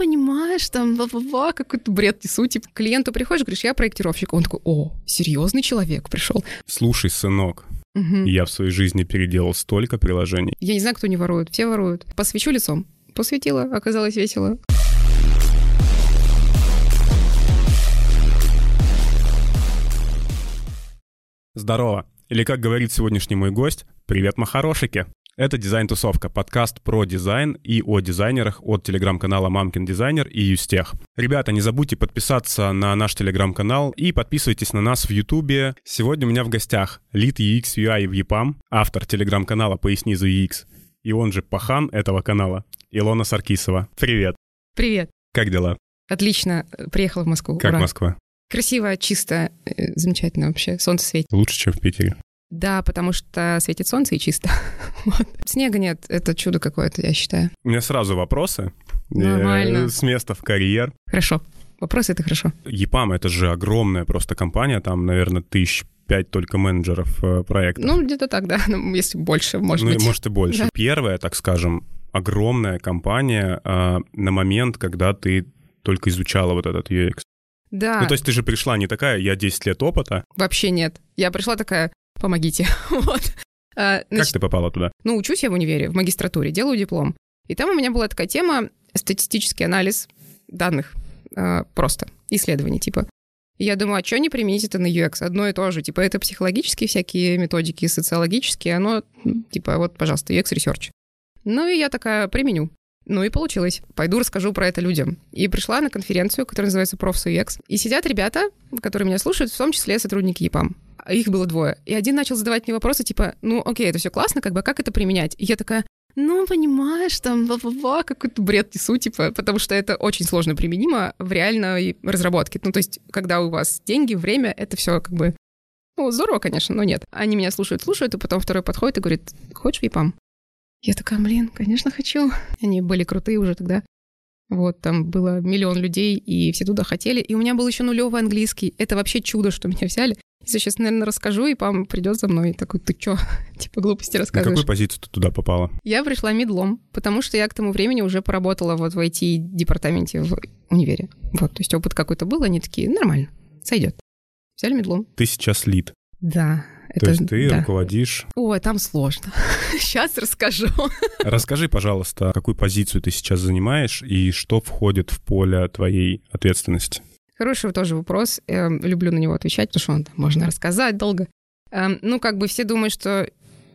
понимаешь, там, какой-то бред несу. Типа, к клиенту приходишь, говоришь, я проектировщик. Он такой, о, серьезный человек пришел. Слушай, сынок, я в своей жизни переделал столько приложений. Я не знаю, кто не ворует, все воруют. Посвечу лицом. Посветила, оказалось весело. Здорово. Или, как говорит сегодняшний мой гость, привет, махорошики. Это «Дизайн-тусовка», подкаст про дизайн и о дизайнерах от телеграм-канала «Мамкин дизайнер» и «Юстех». Ребята, не забудьте подписаться на наш телеграм-канал и подписывайтесь на нас в Ютубе. Сегодня у меня в гостях лид UX UI в EPAM, автор телеграм-канала «Поясни за UX», и он же пахан этого канала, Илона Саркисова. Привет. Привет. Как дела? Отлично. Приехала в Москву. Как Ура. Москва? Красиво, чисто, замечательно вообще. Солнце светит. Лучше, чем в Питере. Да, потому что светит солнце и чисто. Вот. Снега нет, это чудо какое-то, я считаю. У меня сразу вопросы. Нормально. С места в карьер. Хорошо. Вопросы — это хорошо. EPAM — это же огромная просто компания, там, наверное, 5 только менеджеров проекта. Ну, где-то так, да, если больше, может быть. Ну, может и больше. Да. Первая, так скажем, огромная компания на момент, когда ты только изучала вот этот UX. Да. Ну, то есть ты же пришла не такая, я 10 лет опыта. Вообще нет. Я пришла такая, помогите. Вот. Как ты попала туда? Ну, учусь я в универе, в магистратуре, делаю диплом. И там у меня была такая тема статистический анализ данных, просто исследований, типа. И я думаю, а что не применить это на UX? Одно и то же. Типа, это психологические всякие методики, социологические, оно, типа, вот, пожалуйста, UX Research. Ну, и я такая, применю. Ну и получилось. Пойду расскажу про это людям. И пришла на конференцию, которая называется Profs UX. И сидят ребята, которые меня слушают, в том числе сотрудники EPAM. Их было 2. И один начал задавать мне вопросы, типа, ну окей, это все классно, как бы, как это применять? И я такая, ну, понимаешь, там, какой-то бред несу, типа, потому что это очень сложно применимо в реальной разработке. Ну, то есть, когда у вас деньги, время, это все как бы, ну, здорово, конечно, но нет. Они меня слушают, и потом второй подходит и говорит, хочешь в EPAM? Я такая, блин, конечно, хочу. Они были крутые уже тогда. Вот, там было 1 миллион людей, и все туда хотели. И у меня был еще нулевый английский. Это вообще чудо, что меня взяли. Если сейчас, наверное, расскажу, и пам придет за мной. Такой, ты чё? Типа глупости рассказываешь. На какую позицию ты туда попала? Я пришла мидлом, потому что я к тому времени уже поработала вот в IT-департаменте в универе. Вот, то есть опыт какой-то был, они такие, нормально, сойдет. Взяли мидлом. Ты сейчас лид. Да. То есть ты руководишь... Ой, там сложно. Сейчас расскажу. Расскажи, пожалуйста, какую позицию ты сейчас занимаешь и что входит в поле твоей ответственности? Хороший тоже вопрос. Люблю на него отвечать, потому что можно рассказать долго. Ну, как бы все думают, что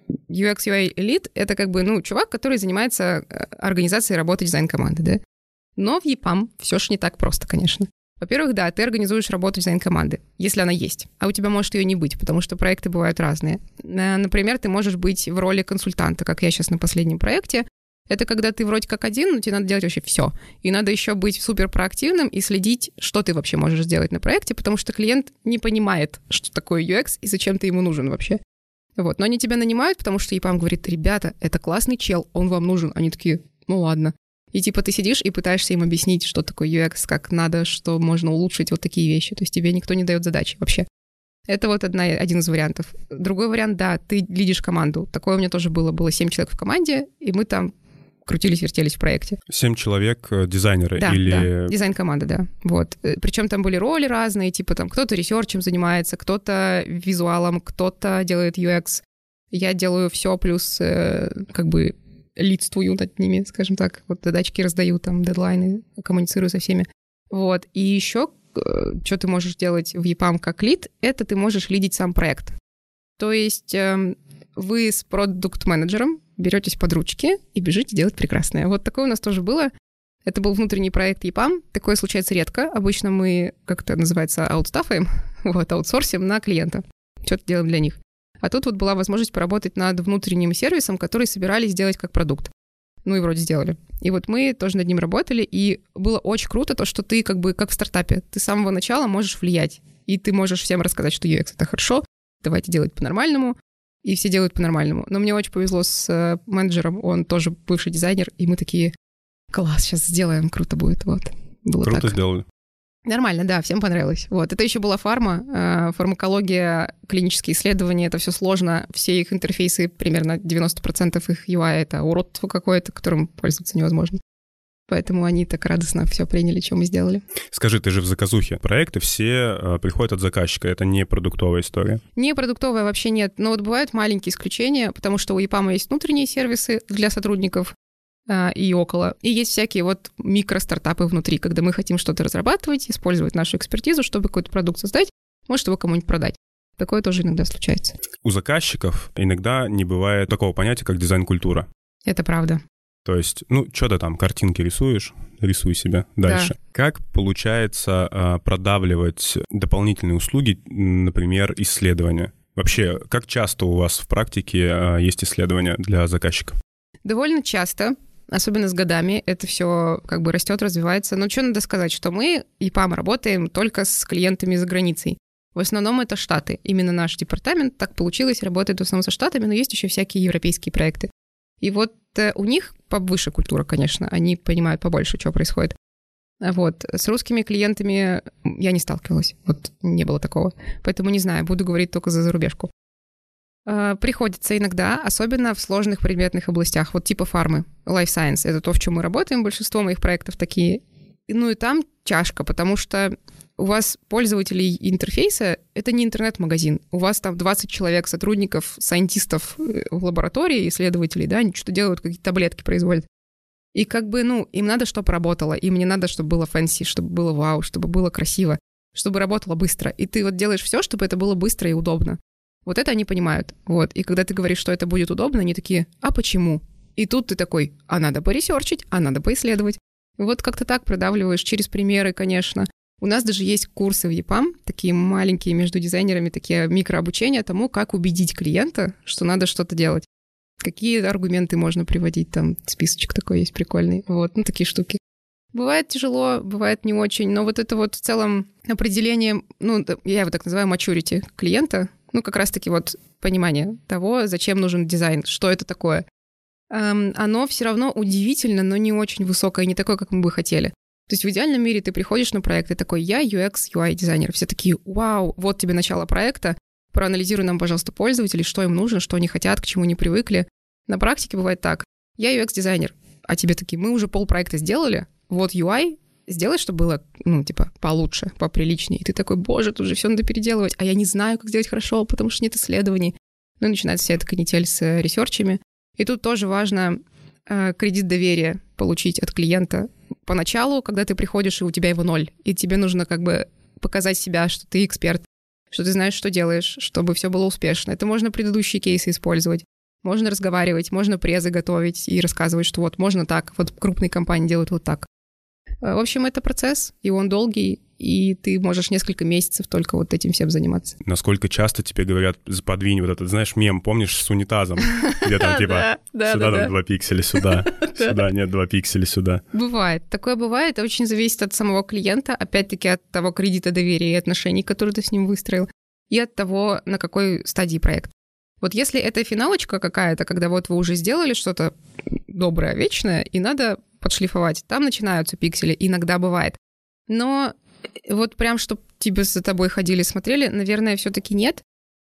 UX UI Lead — это как бы, ну, чувак, который занимается организацией работы дизайн-команды, да? Но в EPAM все ж не так просто, конечно. Во-первых, да, ты организуешь работу дизайн-команды, если она есть, а у тебя может ее не быть, потому что проекты бывают разные. Например, ты можешь быть в роли консультанта, как я сейчас на последнем проекте. Это когда ты вроде как один, но тебе надо делать вообще все. И надо еще быть супер проактивным и следить, что ты вообще можешь сделать на проекте, потому что клиент не понимает, что такое UX и зачем ты ему нужен вообще. Вот. Но они тебя нанимают, потому что EPAM говорит, ребята, это классный чел, он вам нужен. Они такие, ну ладно. И типа ты сидишь и пытаешься им объяснить, что такое UX, как надо, что можно улучшить, вот такие вещи. То есть тебе никто не дает задачи вообще. Это вот один из вариантов. Другой вариант, да, ты лидишь команду. Такое у меня тоже было. Было 7 человек в команде, и мы там крутились-вертелись в проекте. 7 человек дизайнеры да, или... Да, дизайн-команда, да. Вот. Причем там были роли разные, типа там кто-то ресерчем занимается, кто-то визуалом, кто-то делает UX. Я делаю все, плюс как бы лидствую над ними, скажем так. Вот задачки раздаю, там, дедлайны, коммуницирую со всеми. Вот. И еще, что ты можешь делать в EPAM как лид, это ты можешь лидить сам проект. То есть вы с продукт-менеджером беретесь под ручки и бежите делать прекрасное. Вот такое у нас тоже было. Это был внутренний проект EPAM. Такое случается редко. Обычно мы, как это называется, аутстафаем, вот, аутсорсим на клиента. Что-то делаем для них. А тут вот была возможность поработать над внутренним сервисом, который собирались сделать как продукт. Ну и вроде сделали. И вот мы тоже над ним работали, и было очень круто то, что ты как бы как в стартапе. Ты с самого начала можешь влиять. И ты можешь всем рассказать, что UX — это хорошо, давайте делать по-нормальному. И все делают по-нормальному. Но мне очень повезло с менеджером, он тоже бывший дизайнер, и мы такие, класс, сейчас сделаем, круто будет. Вот. Было круто так. Сделали. Нормально, да, всем понравилось. Вот. Это еще была фарма, фармакология, клинические исследования, это все сложно. Все их интерфейсы, примерно 90% их UI — это уродство какое-то, которым пользоваться невозможно. Поэтому они так радостно все приняли, что мы сделали. Скажи, ты же в заказухе. Проекты все приходят от заказчика. Это не продуктовая история. Не продуктовая вообще нет. Но вот бывают маленькие исключения, потому что у EPAM есть внутренние сервисы для сотрудников и около. И есть всякие вот микростартапы внутри, когда мы хотим что-то разрабатывать, использовать нашу экспертизу, чтобы какой-то продукт создать, может, его кому-нибудь продать. Такое тоже иногда случается. У заказчиков иногда не бывает такого понятия, как дизайн-культура. Это правда. То есть, что ты там, картинки рисуешь, рисуй себя дальше. Да. Как получается продавливать дополнительные услуги, например, исследования? Вообще, как часто у вас в практике есть исследования для заказчика? Довольно часто, особенно с годами, это все как бы растет, развивается. Но что надо сказать, что мы, EPAM, работаем только с клиентами за границей. В основном это Штаты. Именно наш департамент, так получилось, работает в основном со Штатами, но есть еще всякие европейские проекты. И вот у них повыше культура, конечно, они понимают побольше, что происходит. Вот. С русскими клиентами я не сталкивалась, вот не было такого. Поэтому не знаю, буду говорить только за зарубежку. Приходится иногда, особенно в сложных предметных областях, вот типа фармы, life science, это то, в чем мы работаем, большинство моих проектов такие. Ну и там тяжко, потому что у вас пользователей интерфейса — это не интернет-магазин. У вас там 20 человек, сотрудников, сайентистов в лаборатории, исследователей, да, они что-то делают, какие-то таблетки производят. И как бы, им надо, чтобы работало, им не надо, чтобы было фэнси, чтобы было вау, чтобы было красиво, чтобы работало быстро. И ты вот делаешь все, чтобы это было быстро и удобно. Вот это они понимают. Вот. И когда ты говоришь, что это будет удобно, они такие: а почему? И тут ты такой: а надо поресерчить, а надо поисследовать. И вот как-то так продавливаешь через примеры, конечно. У нас даже есть курсы в EPAM, такие маленькие между дизайнерами, такие микрообучения тому, как убедить клиента, что надо что-то делать. Какие аргументы можно приводить, там списочек такой есть прикольный. Вот, такие штуки. Бывает тяжело, бывает не очень, но вот это вот в целом определение, я его так называю maturity клиента, как раз-таки вот понимание того, зачем нужен дизайн, что это такое. Оно все равно удивительно, но не очень высокое, не такое, как мы бы хотели. То есть в идеальном мире ты приходишь на проект и такой: я UX, UI дизайнер. Все такие: вау, вот тебе начало проекта, проанализируй нам, пожалуйста, пользователей, что им нужно, что они хотят, к чему не привыкли. На практике бывает так: я UX дизайнер, а тебе такие: мы уже полпроекта сделали, вот UI, сделай, чтобы было, получше, поприличнее. И ты такой: боже, тут же все надо переделывать, а я не знаю, как сделать хорошо, потому что нет исследований. И начинается вся эта канитель с ресерчами. И тут тоже важно кредит доверия получить от клиента поначалу, когда ты приходишь, и у тебя его 0. И тебе нужно как бы показать себя, что ты эксперт, что ты знаешь, что делаешь, чтобы все было успешно. Это можно предыдущие кейсы использовать. Можно разговаривать, можно презы готовить и рассказывать, что вот можно так, вот крупные компании делают вот так. В общем, это процесс, и он долгий, и ты можешь несколько месяцев только вот этим всем заниматься. Насколько часто тебе говорят: подвинь вот этот, знаешь, мем, помнишь, с унитазом, где там типа сюда там 2 пикселя, сюда, сюда нет 2 пикселя, сюда. Бывает, такое бывает, это очень зависит от самого клиента, опять-таки от того кредита доверия и отношений, которые ты с ним выстроил, и от того, на какой стадии проект. Вот если это финалочка какая-то, когда вот вы уже сделали что-то доброе, вечное, и надо подшлифовать, там начинаются пиксели, иногда бывает. Но вот прям, чтобы тебе за тобой ходили, смотрели, наверное, все-таки нет.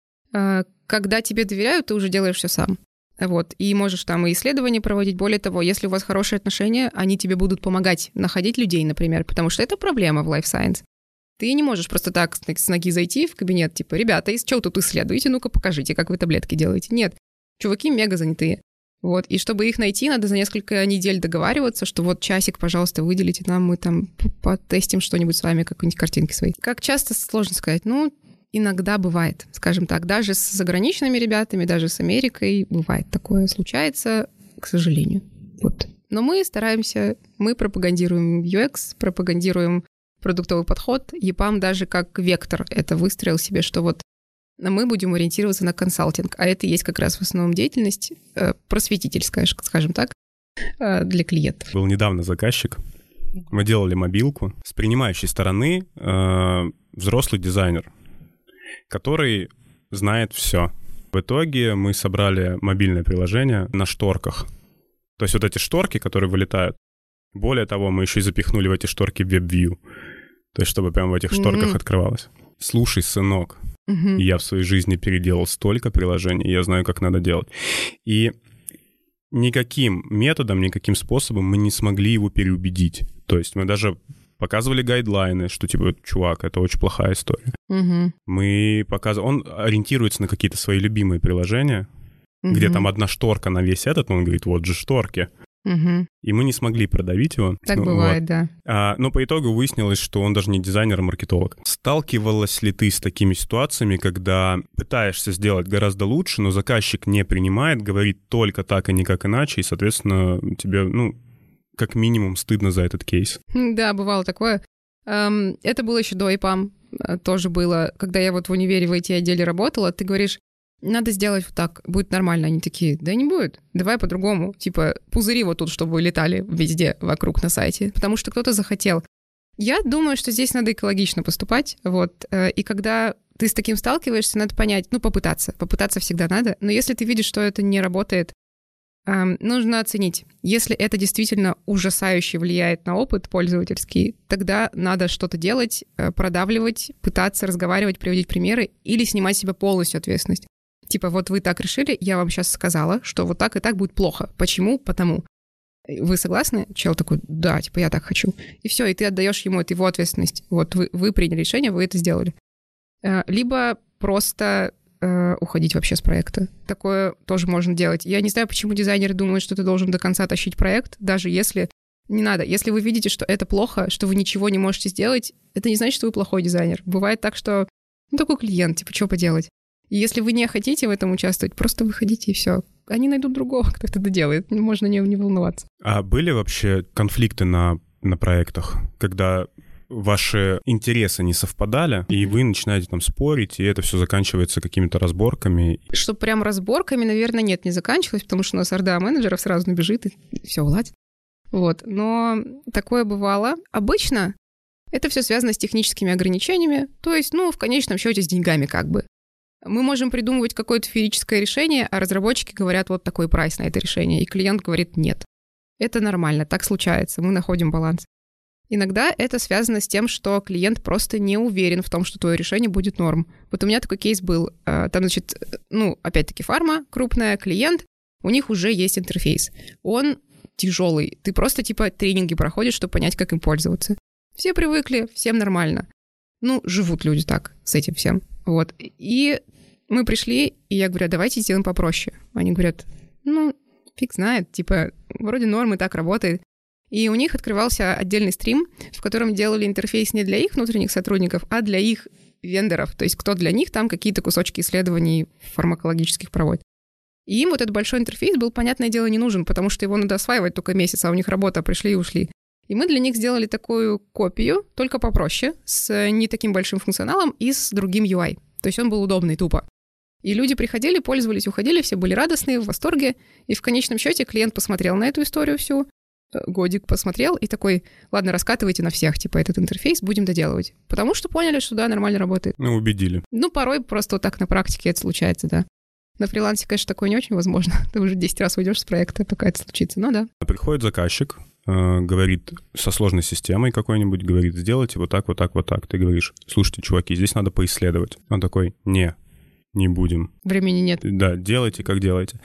Когда тебе доверяют, ты уже делаешь все сам. Вот. И можешь там и исследования проводить. Более того, если у вас хорошие отношения, они тебе будут помогать находить людей, например, потому что это проблема в life science. Ты не можешь просто так с ноги зайти в кабинет, типа: ребята, из чего тут исследуете? Ну-ка покажите, как вы таблетки делаете. Нет, чуваки мега занятые. Вот. И чтобы их найти, надо за несколько недель договариваться, что вот часик, пожалуйста, выделите нам, мы там потестим что-нибудь с вами, какие-нибудь картинки свои. Как часто, сложно сказать. Иногда бывает, скажем так. Даже с заграничными ребятами, даже с Америкой бывает такое. Случается, к сожалению. Вот. Но мы стараемся, мы пропагандируем UX, пропагандируем продуктовый подход. EPAM даже как вектор это выстроил себе, что вот мы будем ориентироваться на консалтинг, а это и есть как раз в основном деятельность просветительская, скажем так, для клиентов. Был недавно заказчик, мы делали мобилку. С принимающей стороны взрослый дизайнер, который знает все. В итоге мы собрали мобильное приложение на шторках. То есть вот эти шторки, которые вылетают, более того, мы еще и запихнули в эти шторки WebView. То есть чтобы прямо в этих шторках открывалось. Слушай, сынок, я в своей жизни переделал столько приложений, я знаю, как надо делать. И никаким методом, никаким способом мы не смогли его переубедить. То есть мы даже показывали гайдлайны, что, типа, чувак, это очень плохая история. Мы показывали... Он ориентируется на какие-то свои любимые приложения, где там одна шторка на весь этот, он говорит, вот же шторки. И мы не смогли продавить его. Так бывает, да. Но по итогу выяснилось, что он даже не дизайнер, а маркетолог. Сталкивалась ли ты с такими ситуациями, когда пытаешься сделать гораздо лучше, но заказчик не принимает, говорит только так и никак иначе, и, соответственно, тебе, как минимум стыдно за этот кейс? Да, бывало такое. Это было еще до ИПАМ. Тоже было, когда я вот в универе в IT-отделе работала, ты говоришь, надо сделать вот так, будет нормально. Они такие, да не будет, давай по-другому. Типа пузыри вот тут, чтобы летали везде вокруг на сайте, потому что кто-то захотел. Я думаю, что здесь надо экологично поступать, вот. И когда ты с таким сталкиваешься, надо понять, попытаться. Попытаться всегда надо, но если ты видишь, что это не работает, нужно оценить. Если это действительно ужасающе влияет на опыт пользовательский, тогда надо что-то делать, продавливать, пытаться разговаривать, приводить примеры или снимать с себя полностью ответственность. Типа, вот вы так решили, я вам сейчас сказала, что вот так и так будет плохо. Почему? Потому. Вы согласны? Чел такой, да, типа, я так хочу. И все, и ты отдаешь ему, это его ответственность. Вот вы приняли решение, вы это сделали. Либо просто уходить вообще с проекта. Такое тоже можно делать. Я не знаю, почему дизайнеры думают, что ты должен до конца тащить проект, даже если не надо. Если вы видите, что это плохо, что вы ничего не можете сделать, это не значит, что вы плохой дизайнер. Бывает так, что такой клиент, типа, что поделать? И если вы не хотите в этом участвовать, просто выходите, и все. Они найдут другого, кто это доделает. Можно не волноваться. А были вообще конфликты на проектах, когда ваши интересы не совпадали, и вы начинаете там спорить, и это все заканчивается какими-то разборками? Что прям разборками, наверное, нет, не заканчивалось, потому что у нас орда менеджеров сразу набежит и все уладит. Вот. Но такое бывало. Обычно это все связано с техническими ограничениями, то есть, в конечном счете, с деньгами как бы. Мы можем придумывать какое-то феерическое решение, а разработчики говорят, вот такой прайс на это решение, и клиент говорит, нет. Это нормально, так случается, мы находим баланс. Иногда это связано с тем, что клиент просто не уверен в том, что твое решение будет норм. Вот у меня такой кейс был. Там, значит, опять-таки фарма, крупная, клиент, у них уже есть интерфейс. Он тяжелый. Ты просто, тренинги проходишь, чтобы понять, как им пользоваться. Все привыкли, всем нормально. Живут люди так, с этим всем. Вот. И мы пришли, и я говорю, давайте сделаем попроще. Они говорят, фиг знает, вроде норм и так работает. И у них открывался отдельный стрим, в котором делали интерфейс не для их внутренних сотрудников, а для их вендоров. То есть кто для них там какие-то кусочки исследований фармакологических проводит. И им вот этот большой интерфейс был, понятное дело, не нужен, потому что его надо осваивать только месяц, а у них работа, пришли и ушли. И мы для них сделали такую копию, только попроще, с не таким большим функционалом и с другим UI. То есть он был удобный тупо. И люди приходили, пользовались, уходили, все были радостные, в восторге. И в конечном счете клиент посмотрел на эту историю всю, годик посмотрел и такой, ладно, раскатывайте на всех, этот интерфейс, будем доделывать. Потому что поняли, что да, нормально работает. Убедили. Порой просто вот так на практике это случается, да. На фрилансе, конечно, такое не очень возможно. Ты уже 10 раз уйдешь с проекта, пока это случится, но да. Приходит заказчик, говорит со сложной системой какой-нибудь, говорит, сделайте вот так, вот так, вот так. Ты говоришь, слушайте, чуваки, здесь надо поисследовать. Он такой, не будем. Времени нет. Да, делайте, как делаете.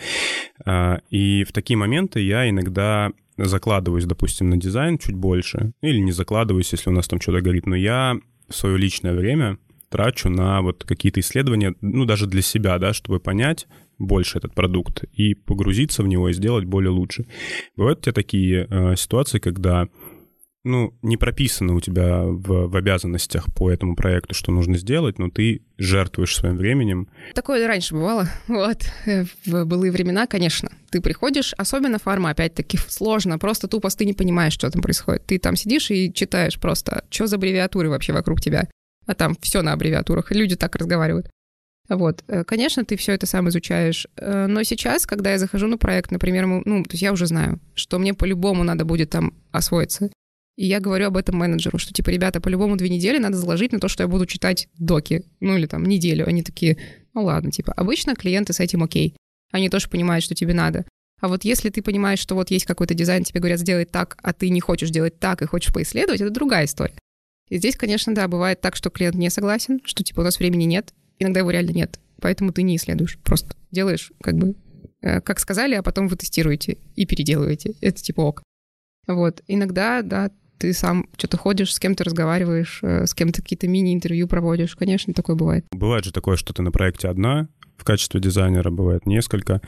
И в такие моменты я иногда закладываюсь, допустим, на дизайн чуть больше, или не закладываюсь, если у нас там что-то горит, но я в свое личное время трачу на вот какие-то исследования, даже для себя, да, чтобы понять больше этот продукт и погрузиться в него и сделать более лучше. Бывают у тебя такие ситуации, когда, не прописано у тебя в обязанностях по этому проекту, что нужно сделать, но ты жертвуешь своим временем. Такое раньше бывало. Вот. В былые времена, конечно. Ты приходишь, особенно фарма, опять-таки, сложно. Просто тупо ты не понимаешь, что там происходит. Ты там сидишь и читаешь просто, что за аббревиатуры вообще вокруг тебя. А там все на аббревиатурах, и люди так разговаривают. Вот. Конечно, ты все это сам изучаешь. Но сейчас, когда я захожу на проект, например, то есть я уже знаю, что мне по-любому надо будет там освоиться. И я говорю об этом менеджеру, что, ребята, по-любому 2 недели надо заложить на то, что я буду читать доки. Или там неделю. Они такие, ладно, обычно клиенты с этим окей. Они тоже понимают, что тебе надо. А вот если ты понимаешь, что вот есть какой-то дизайн, тебе говорят сделать так, а ты не хочешь делать так и хочешь поисследовать, это другая история. И здесь, конечно, да, бывает так, что клиент не согласен, что у нас времени нет, иногда его реально нет, поэтому ты не исследуешь, просто делаешь как сказали, а потом вы тестируете и переделываете. Это типа ок. Вот. Иногда, да, ты сам что-то ходишь, с кем-то разговариваешь, с кем-то какие-то мини-интервью проводишь. Конечно, такое бывает. Бывает же такое, что ты на проекте одна в качестве дизайнера, бывает несколько.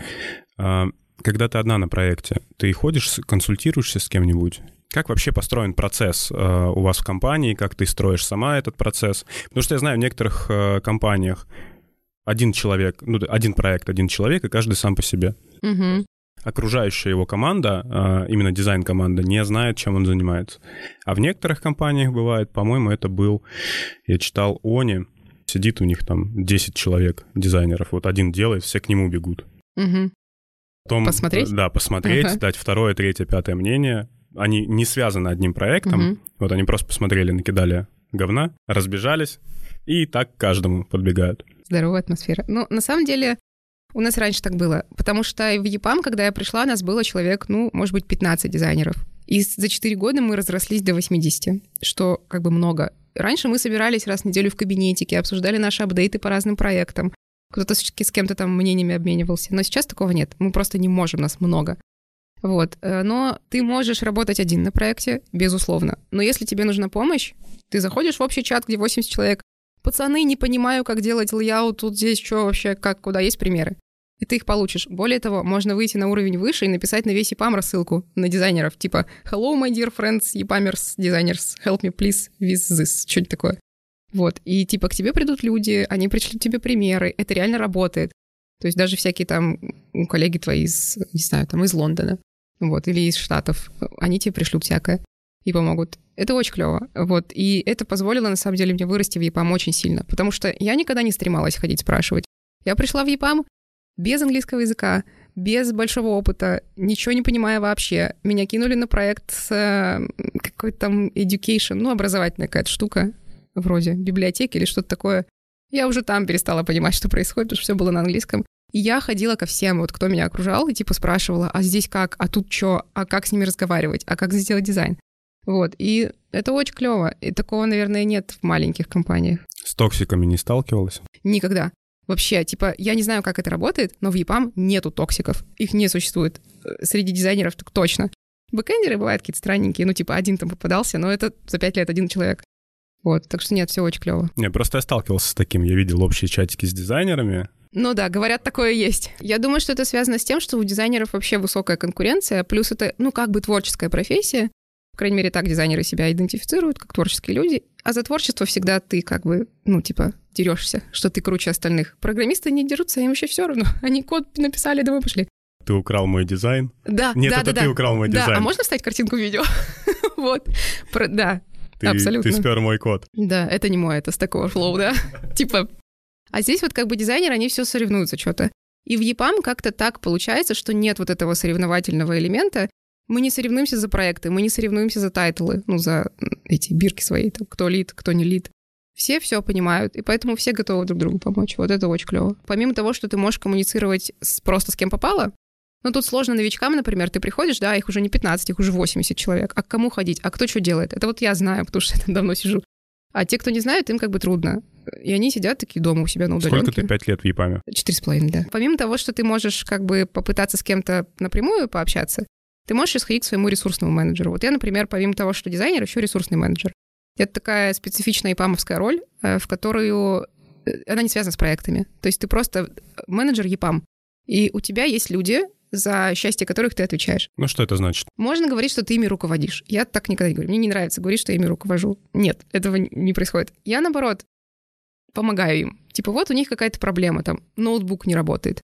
Когда ты одна на проекте, ты ходишь, консультируешься с кем-нибудь? Как вообще построен процесс у вас в компании? Как ты строишь сама этот процесс? Потому что я знаю, в некоторых компаниях один человек, один проект, один человек, и каждый сам по себе. Угу. Окружающая его команда, именно дизайн-команда, не знает, чем он занимается. А в некоторых компаниях бывает, по-моему, это был, я читал, Они, сидит у них там 10 человек, дизайнеров, вот один делает, все к нему бегут. Угу. Потом, посмотреть? Да, посмотреть, дать второе, третье, пятое мнение. Они не связаны одним проектом, вот они просто посмотрели, накидали говна, разбежались, и так к каждому подбегают. Здоровая атмосфера. Ну, на самом деле, у нас раньше так было, потому что в EPAM, когда я пришла, нас было человек, может быть, 15 дизайнеров. И за 4 года мы разрослись до 80, что как бы много. Раньше мы собирались раз в неделю в кабинетике, обсуждали наши апдейты по разным проектам. Кто-то с кем-то там мнениями обменивался. Но сейчас такого нет. Мы просто не можем, нас много. Вот. Но ты можешь работать один на проекте, безусловно. Но если тебе нужна помощь, ты заходишь в общий чат, где 80 человек. Пацаны, не понимаю, как делать лейаут, тут здесь что вообще, как, куда, есть примеры. И ты их получишь. Более того, можно выйти на уровень выше и написать на весь EPAM рассылку на дизайнеров, типа «Hello, my dear friends, EPAMers, designers, help me, please, with this». Что-нибудь такое. Вот. И типа к тебе придут люди, они пришлют тебе примеры. Это реально работает. То есть даже всякие там коллеги твои из, не знаю, там из Лондона, вот, или из Штатов, они тебе пришлют всякое и помогут. Это очень клево. Вот. И это позволило, на самом деле, мне вырасти в EPAM очень сильно, потому что я никогда не стремалась ходить спрашивать. Я пришла в EPAM без английского языка, без большого опыта, ничего не понимая вообще. Меня кинули на проект с какой-то там education, образовательная какая-то штука, вроде библиотеки или что-то такое. Я уже там перестала понимать, что происходит, потому что все было на английском. И я ходила ко всем, вот кто меня окружал, и типа спрашивала, а здесь как, а тут что, а как с ними разговаривать, а как сделать дизайн. Вот, и это очень клево. И такого, наверное, нет в маленьких компаниях. С токсиками не сталкивалась? Никогда. Вообще, типа, я не знаю, как это работает, но в EPAM нету токсиков. Их не существует. Среди дизайнеров так точно. Бэкэндеры бывают какие-то странненькие, один там попадался, но это за 5 лет один человек. Вот, так что нет, все очень клево. Просто я сталкивался с таким, я видел общие чатики с дизайнерами. Ну да, говорят, такое есть. Я думаю, что это связано с тем, что у дизайнеров вообще высокая конкуренция, плюс это, как бы творческая профессия. По крайней мере, так дизайнеры себя идентифицируют, как творческие люди. А за творчество всегда ты как бы, дерешься, что ты круче остальных. Программисты не дерутся, им вообще все равно. Они код написали, давай пошли. Ты украл мой дизайн? Да, Нет, да, это да, ты украл мой дизайн. Да, а можно вставить картинку в видео? Вот, да. Абсолютно. Ты спер мой код. Да, это не мой, это Stack Overflow, да. Типа. А здесь вот как бы дизайнеры, они все соревнуются что-то. И в EPAM как-то так получается, что нет вот этого соревновательного элемента. Мы не соревнуемся за проекты, мы не соревнуемся за тайтлы, за эти бирки свои, там, кто лид, кто не лид. Все понимают, и поэтому все готовы друг другу помочь. Вот это очень клево. Помимо того, что ты можешь коммуницировать просто с кем попало, тут сложно новичкам, например, ты приходишь, да, их уже не 15, их уже 80 человек. А к кому ходить? А кто что делает? Это вот я знаю, потому что я там давно сижу. А те, кто не знает, им как бы трудно. И они сидят такие дома у себя на удаленке. Сколько ты 5 лет в EPAM? 4,5, да. Помимо того, что ты можешь как бы попытаться с кем-то напрямую пообщаться, ты можешь сходить к своему ресурсному менеджеру. Вот я, например, помимо того, что дизайнер, еще ресурсный менеджер. Это такая специфичная EPAM-овская роль, в которую... Она не связана с проектами. То есть ты просто менеджер EPAM. И у тебя есть люди, за счастье которых ты отвечаешь. Что это значит? Можно говорить, что ты ими руководишь. Я так никогда не говорю. Мне не нравится говорить, что я ими руковожу. Нет, этого не происходит. Я, наоборот, помогаю им. Типа вот у них какая-то проблема, там, ноутбук не работает.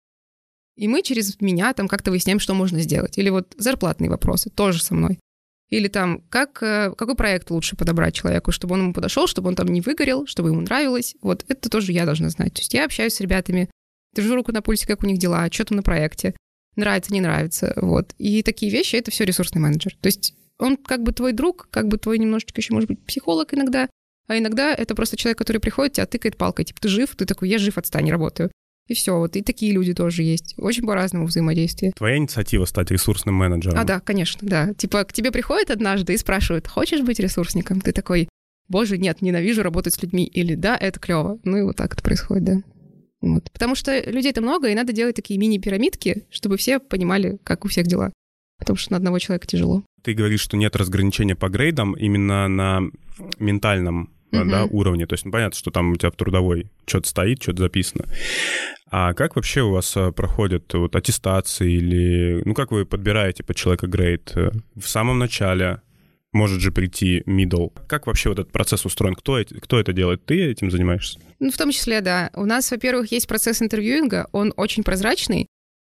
И мы через меня там как-то выясняем, что можно сделать. Или вот зарплатные вопросы тоже со мной. Или там, какой проект лучше подобрать человеку, чтобы он ему подошел, чтобы он там не выгорел, чтобы ему нравилось. Вот это тоже я должна знать. То есть я общаюсь с ребятами, держу руку на пульсе, как у них дела, что там на проекте. Нравится, не нравится, вот. И такие вещи — это все ресурсный менеджер. То есть он как бы твой друг, как бы твой немножечко еще, может быть, психолог иногда, а иногда это просто человек, который приходит, тебя тыкает палкой, типа, ты жив? Ты такой, я жив, отстань, работаю. И все, вот. И такие люди тоже есть. Очень по-разному взаимодействие. Твоя инициатива стать ресурсным менеджером? Да, конечно, да. Типа к тебе приходят однажды и спрашивают, хочешь быть ресурсником? Ты такой, боже, нет, ненавижу работать с людьми. Или да, это клево. И вот так это происходит, да. Вот. Потому что людей-то много, и надо делать такие мини-пирамидки, чтобы все понимали, как у всех дела. Потому что на одного человека тяжело. Ты говоришь, что нет разграничения по грейдам именно на ментальном да, уровне. То есть, понятно, что там у тебя в трудовой что-то стоит, что-то записано. А как вообще у вас проходят вот аттестации или... Ну, как вы подбираете под человека грейд? В самом начале может же прийти middle. Как вообще вот этот процесс устроен? Кто это делает? Ты этим занимаешься? Ну, в том числе, да. У нас, во-первых, есть процесс интервьюинга, он очень прозрачный.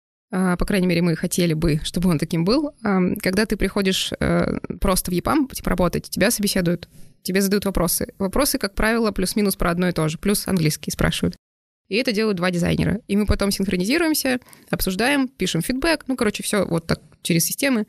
По крайней мере, мы хотели бы, чтобы он таким был. Когда ты приходишь просто в EPAM, типа, работать, тебя собеседуют, тебе задают вопросы. Вопросы, как правило, плюс-минус про одно и то же, плюс английский спрашивают. И это делают 2 дизайнера. И мы потом синхронизируемся, обсуждаем, пишем фидбэк, ну, короче, все вот так через системы.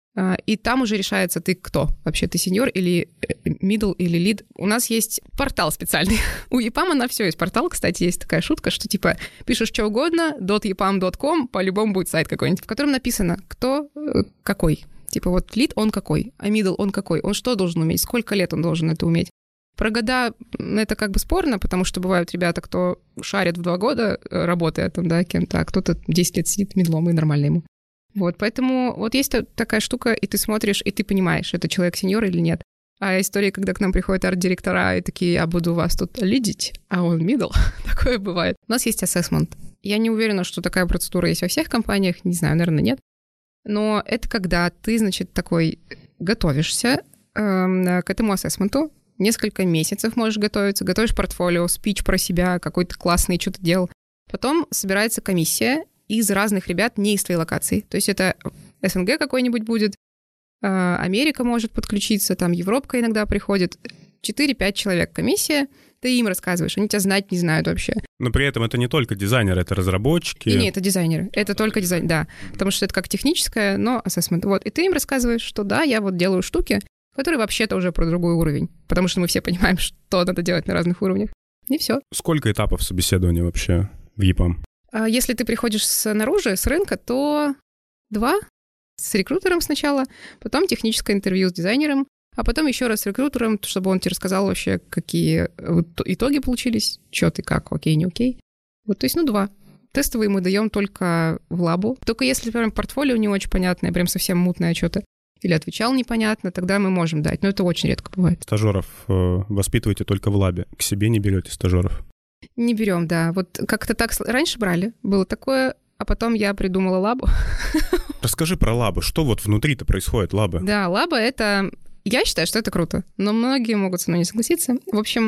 И там уже решается, ты кто. Вообще, ты сеньор или middle или lead. У нас есть портал специальный. У EPAM на все есть портал. Кстати, есть такая шутка, что типа пишешь что угодно, .epam.com, по-любому будет сайт какой-нибудь, в котором написано, кто какой. Типа вот lead он какой, а middle он какой. Он что должен уметь, сколько лет он должен это уметь. Про года это как бы спорно, потому что бывают ребята, кто шарит в 2 года, работая там, да, кем-то, а кто-то 10 лет сидит медлом, и нормально ему. Вот, поэтому вот есть такая штука, и ты смотришь, и ты понимаешь, это человек сеньор или нет. А история, когда к нам приходят арт-директора и такие, я буду вас тут лидить, а он middle, такое бывает. У нас есть assessment. Я не уверена, что такая процедура есть во всех компаниях, не знаю, наверное, нет. Но это когда ты, значит, такой готовишься к этому ассессменту, несколько месяцев можешь готовиться, готовишь портфолио, спич про себя, какой-то классный, что-то делал. Потом собирается комиссия из разных ребят, не из твоей локации. То есть это СНГ какой-нибудь будет, Америка может подключиться, там Европка иногда приходит. 4-5 человек комиссия, ты им рассказываешь, они тебя знать не знают вообще. Но при этом это не только дизайнеры, это разработчики. Не, это дизайнеры, это только дизайн, да. Потому что это как техническое, но ассессмент. Вот, и ты им рассказываешь, что да, я вот делаю штуки, которые вообще-то уже про другой уровень, потому что мы все понимаем, что надо делать на разных уровнях. И все. Сколько этапов собеседования вообще в EPAM? Если ты приходишь снаружи, с рынка, то 2. С рекрутером сначала, потом техническое интервью с дизайнером, а потом еще раз с рекрутером, чтобы он тебе рассказал вообще, какие итоги получились, что ты как, окей, не окей. Вот, то есть, 2. Тестовые мы даем только в лабу. Только если, прям портфолио не очень понятное, прям совсем мутное что-то, или отвечал непонятно, тогда мы можем дать. Но это очень редко бывает. Стажеров воспитываете только в лабе, к себе не берете стажеров? Не берем, да. Вот как-то так раньше брали, было такое, а потом я придумала лабу. Расскажи про лабы. Что вот внутри-то происходит, лабы? Да, лаба — это... Я считаю, что это круто, но многие могут со мной не согласиться. В общем,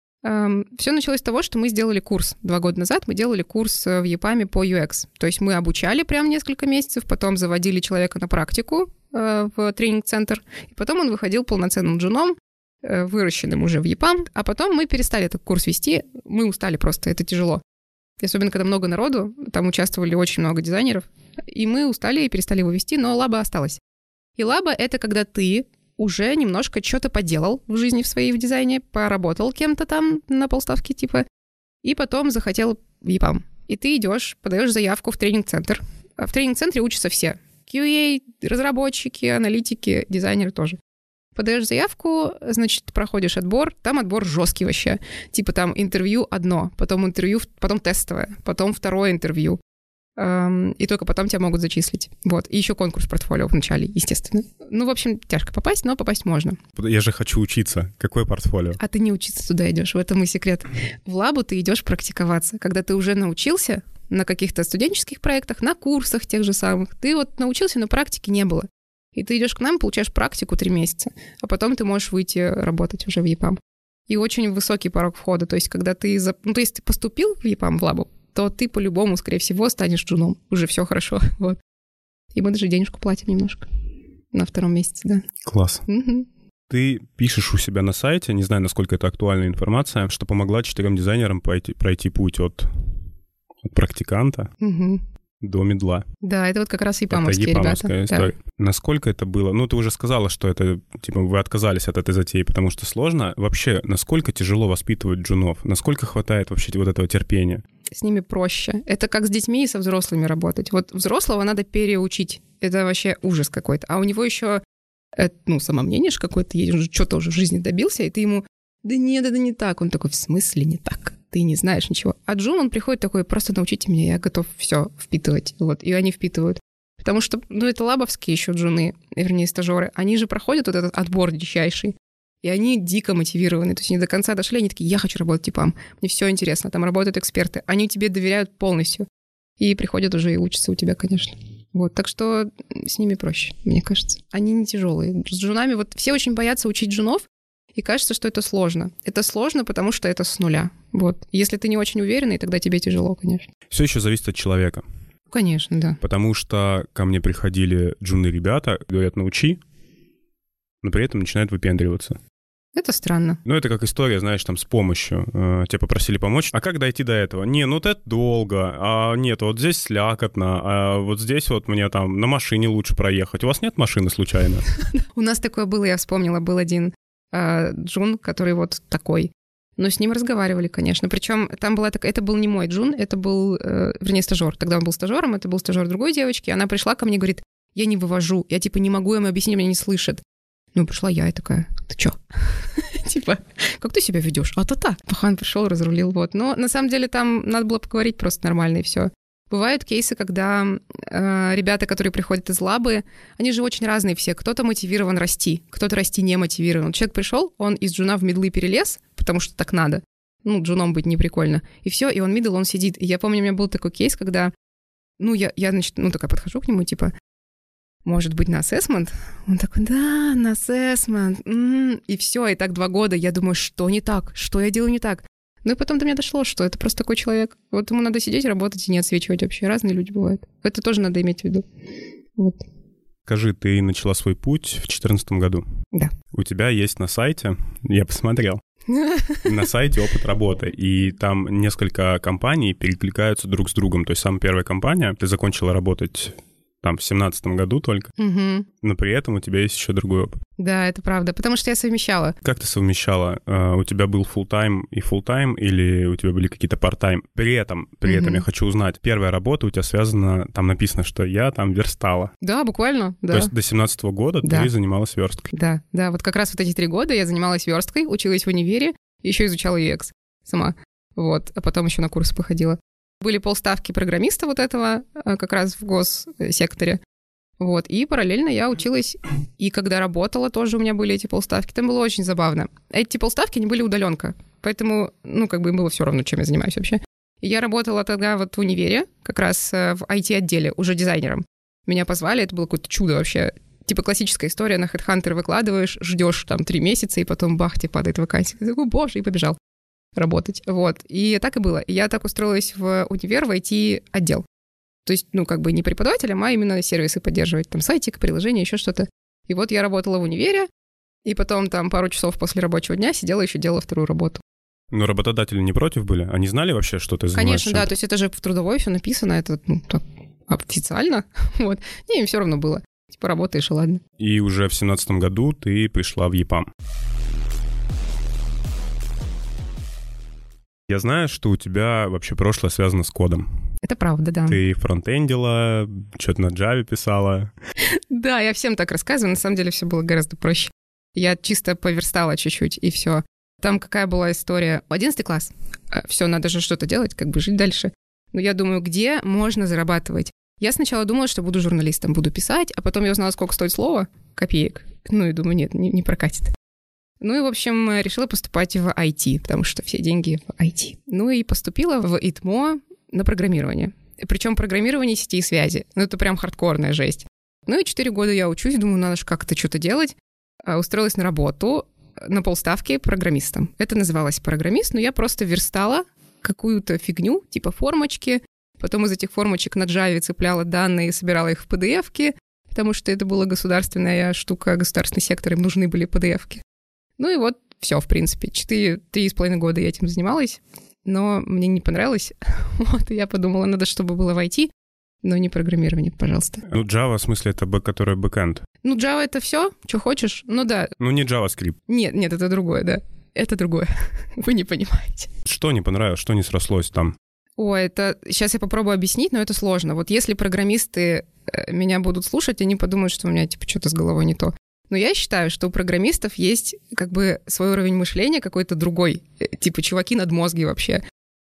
все началось с того, что мы сделали курс. 2 года назад мы делали курс в EPAM по UX. То есть мы обучали прям несколько месяцев, потом заводили человека на практику в тренинг-центр, и потом он выходил полноценным джуном, выращенным уже в EPAM, а потом мы перестали этот курс вести, мы устали просто, это тяжело. И особенно, когда много народу, там участвовали очень много дизайнеров, и мы устали и перестали его вести, но лаба осталась. И лаба — это когда ты уже немножко что-то поделал в жизни в своей в дизайне, поработал кем-то там на полставки типа, и потом захотел в EPAM. И ты идешь, подаешь заявку в тренинг-центр. А в тренинг-центре учатся все. QA, разработчики, аналитики, дизайнеры тоже. Подаешь заявку, значит, проходишь отбор, там отбор жесткий вообще. Типа там интервью одно, потом интервью, потом тестовое, потом 2 интервью. И только потом тебя могут зачислить. Вот. И еще конкурс портфолио в начале, естественно. Ну, в общем, тяжко попасть, но попасть можно. Я же хочу учиться. Какое портфолио? А ты не учиться туда идешь, в этом и секрет. В лабу ты идешь практиковаться. Когда ты уже научился на каких-то студенческих проектах, на курсах тех же самых, ты вот научился, но практики не было. И ты идешь к нам, получаешь практику 3 месяца, а потом ты можешь выйти работать уже в EPAM. И очень высокий порог входа. То есть, когда ты... Ну, то есть, ты поступил в EPAM, в лабу, то ты по-любому, скорее всего, станешь джуном. Уже все хорошо. Вот. И мы даже денежку платим немножко. На 2 месяце, да. Класс. Угу. Ты пишешь у себя на сайте, не знаю, насколько это актуальная информация, что помогла 4 дизайнерам пройти путь от практиканта до медла. Да, это вот как раз EPAM-овские ребята. История. Да. Насколько это было? Ну, ты уже сказала, что это, типа, вы отказались от этой затеи, потому что сложно. Вообще, насколько тяжело воспитывать джунов? Насколько хватает вообще вот этого терпения? С ними проще. Это как с детьми и со взрослыми работать. Вот взрослого надо переучить. Это вообще ужас какой-то. А у него еще, самомнение же какое-то есть, он же что-то уже в жизни добился, и ты ему, да нет, это не так. Он такой, в смысле не так? ты не знаешь ничего. А джун, он приходит такой, просто научите меня, я готов все впитывать. Вот, и они впитывают. Потому что, это лабовские еще джуны, вернее, стажеры, они же проходят вот этот отбор дичайший, и они дико мотивированы. То есть они до конца дошли, они такие, я хочу работать типам, мне все интересно, там работают эксперты, они тебе доверяют полностью. И приходят уже и учатся у тебя, конечно. Вот, так что с ними проще, мне кажется. Они не тяжелые. С джунами, вот все очень боятся учить джунов, и кажется, что это сложно. Это сложно, потому что это с нуля. Вот. Если ты не очень уверенный, тогда тебе тяжело, конечно. Все еще зависит от человека. Конечно, да. Потому что ко мне приходили джуны-ребята, говорят, научи, но при этом начинают выпендриваться. Это странно. Ну, это как история, знаешь, там, с помощью. Тебя попросили помочь. А как дойти до этого? Не, ну, это долго. А нет, вот здесь слякотно. А вот здесь вот мне там на машине лучше проехать. У вас нет машины случайно? У нас такое было, я вспомнила, был один джун, который вот такой. Но с ним разговаривали, конечно. Причем там была такая... Это был не мой джун, это был, вернее, стажер. Тогда он был стажером, это был стажер другой девочки. Она пришла ко мне и говорит, я не вывожу. Я, типа, не могу им объяснить, меня не слышат. Ну, пришла я и такая, ты чё? Типа, как ты себя ведешь? А-та-та. Пахан пришел, разрулил, вот. Но на самом деле там надо было поговорить просто нормально, и все. Бывают кейсы, когда ребята, которые приходят из лабы, они же очень разные все. Кто-то мотивирован расти, кто-то расти не мотивирован. Человек пришел, он из джуна в мидлы перелез, потому что так надо. Ну, джуном быть не прикольно. И все, и он мидл, он сидит. И я помню, у меня был такой кейс, когда, я значит, такая подхожу к нему, типа, может быть, на ассессмент? Он такой, да, на ассессмент. И все, и так 2 года. Я думаю, что не так? Что я делаю не так? Ну и потом до меня дошло, что это просто такой человек. Вот ему надо сидеть, работать и не отсвечивать вообще. Разные люди бывают. Это тоже надо иметь в виду. Вот. Скажи, ты начала свой путь в 2014 году. Да. У тебя есть на сайте, я посмотрел, на сайте опыт работы, и там несколько компаний перекликаются друг с другом. То есть самая первая компания, ты закончила работать там в 2017 году только, но при этом у тебя есть еще другой опыт. Да, это правда, потому что я совмещала. Как ты совмещала? У тебя был full-time и full-time, или у тебя были какие-то part-time? При этом я хочу узнать, первая работа у тебя связана, там написано, что я там верстала. Да, буквально, да. То есть до 2017 года ты занималась версткой. Да, вот как раз вот эти 3 года я занималась версткой, училась в универе, еще изучала UX сама. Вот, а потом еще на курсы походила. Были полставки программиста вот этого, как раз в госсекторе. Вот, и параллельно я училась, и когда работала, тоже у меня были эти полставки. Там было очень забавно. Эти полставки, они были удаленка, поэтому, им было все равно, чем я занимаюсь вообще. И я работала тогда вот в универе, как раз в IT-отделе, уже дизайнером. Меня позвали, это было какое-то чудо вообще. Типа классическая история, на HeadHunter выкладываешь, ждешь там 3 месяца, и потом бах, тебе падает вакансия. Ты такой, боже, и побежал работать. Вот. И так и было. Я так устроилась в универ, в IT-отдел. То есть, не преподавателем, а именно сервисы поддерживать. Там сайтик, приложение, еще что-то. И вот я работала в универе, и потом там пару часов после рабочего дня сидела, еще делала вторую работу. Но работодатели не против были? Они знали вообще, что ты занимаешься? Конечно, да. То есть это же в трудовой все написано, это так официально. Вот. Не, им все равно было. Типа работаешь, и ладно. И уже в 2017 году ты пришла в EPAM. Я знаю, что у тебя вообще прошлое связано с кодом. Это правда, да. Ты фронтендила, что-то на Java писала. Да, я всем так рассказываю. На самом деле все было гораздо проще. Я чисто поверстала чуть-чуть, и все. Там какая была история? 11 класс. Все, надо же что-то делать, жить дальше. Но я думаю, где можно зарабатывать? Я сначала думала, что буду журналистом, буду писать, а потом я узнала, сколько стоит слово, копеек. И думаю, нет, не прокатит. И, в общем, решила поступать в IT, потому что все деньги в IT. И поступила в ИТМО на программирование. Причем программирование сетей связи. Это прям хардкорная жесть. И 4 года я учусь, думаю, надо же как-то что-то делать. Устроилась на работу на полставки программистом. Это называлось программист, но я просто верстала какую-то фигню, типа формочки. Потом из этих формочек на Java цепляла данные и собирала их в PDF-ки, потому что это была государственная штука, государственный сектор, им нужны были PDF-ки. И вот все, в принципе. 3,5 года я этим занималась, но мне не понравилось. Вот, и я подумала, надо, чтобы было в IT, но не программирование, пожалуйста. Java, в смысле, это который бэкэнд? Java — это все, что хочешь, да. Не JavaScript. Нет, это другое, да. Это другое. Вы не понимаете. Что не понравилось, что не срослось там? Это... Сейчас я попробую объяснить, но это сложно. Вот если программисты меня будут слушать, они подумают, что у меня, что-то с головой не то. Но я считаю, что у программистов есть свой уровень мышления какой-то другой, чуваки надмозги вообще.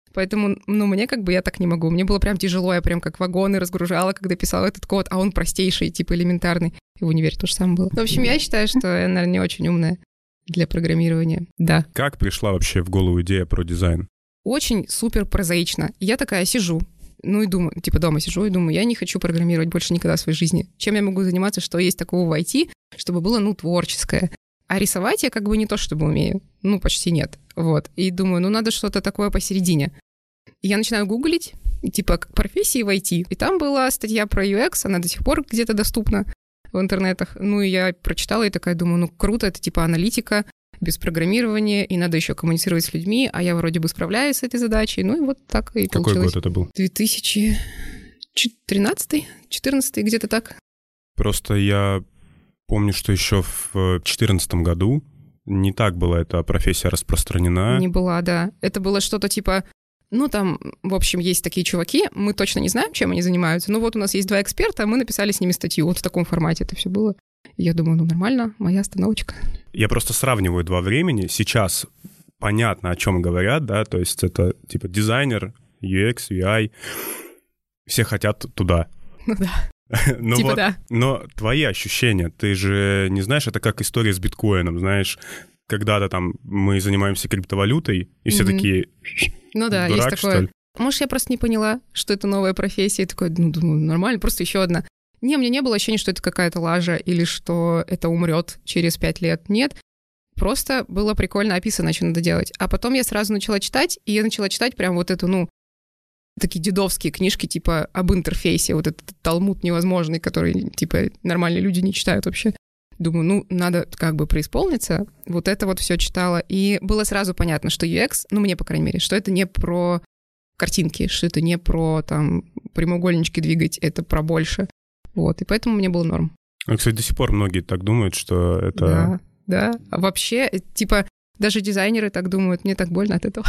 Поэтому, мне я так не могу. Мне было прям тяжело, я прям как вагоны разгружала, когда писала этот код, а он простейший, типа элементарный. И в универе то же самое было. В общем, я считаю, что я, наверное, не очень умная для программирования. Да. Как пришла вообще в голову идея про дизайн? Очень супер прозаично. Я такая сижу, и думаю, дома сижу и думаю, я не хочу программировать больше никогда в своей жизни. Чем я могу заниматься, что есть такого в IT, чтобы было, творческое. А рисовать я не то чтобы умею. Почти нет. Вот. И думаю, надо что-то такое посередине. И я начинаю гуглить, как профессии в IT. И там была статья про UX, она до сих пор где-то доступна в интернетах. И я прочитала и такая думаю, круто, это аналитика, без программирования, и надо еще коммуницировать с людьми, а я вроде бы справляюсь с этой задачей. И вот так и Какой получилось. Какой год это был? 2013-14, где-то так. Просто я помню, что еще в 2014 году не так была эта профессия распространена. Не была, да. Это было что-то там, в общем, есть такие чуваки, мы точно не знаем, чем они занимаются, но вот у нас есть 2 эксперта, мы написали с ними статью. Вот в таком формате это все было. И я думаю, нормально, моя остановочка. Я просто сравниваю 2 времени. Сейчас понятно, о чем говорят, да, то есть это дизайнер, UX, UI, все хотят туда. Да. Да. Но твои ощущения, ты же не знаешь, это как история с биткоином, знаешь, когда-то там мы занимаемся криптовалютой, и все такие... Да, дурак, есть такое. Может, я просто не поняла, что это новая профессия, и такой, думаю, нормально, просто еще одна. Не, у меня не было ощущения, что это какая-то лажа или что это умрет через 5 лет. Нет, просто было прикольно описано, что надо делать. А потом я сразу начала читать, и я начала читать прям вот эту, такие дедовские книжки, об интерфейсе, вот этот талмуд невозможный, который, нормальные люди не читают вообще. Думаю, надо преисполниться. Вот это вот все читала. И было сразу понятно, что UX, мне, по крайней мере, что это не про картинки, что это не про, прямоугольнички двигать, это про больше. Вот, и поэтому мне было норм. Кстати, до сих пор многие так думают, что это... Да. А вообще, даже дизайнеры так думают, мне так больно от этого.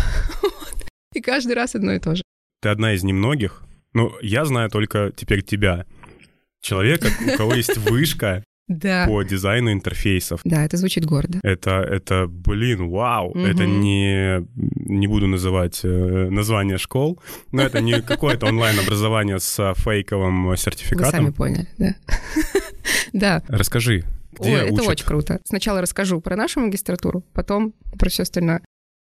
И каждый раз одно и то же. Ты одна из немногих. Я знаю только теперь тебя. Человека, у кого есть вышка по дизайну интерфейсов. Да, это звучит гордо. Это вау. Угу. Это не буду называть название школ, но это не какое-то онлайн-образование с фейковым сертификатом. Вы сами поняли, да. Да. Расскажи, где это учат? очень круто. Сначала расскажу про нашу магистратуру, потом про все остальное.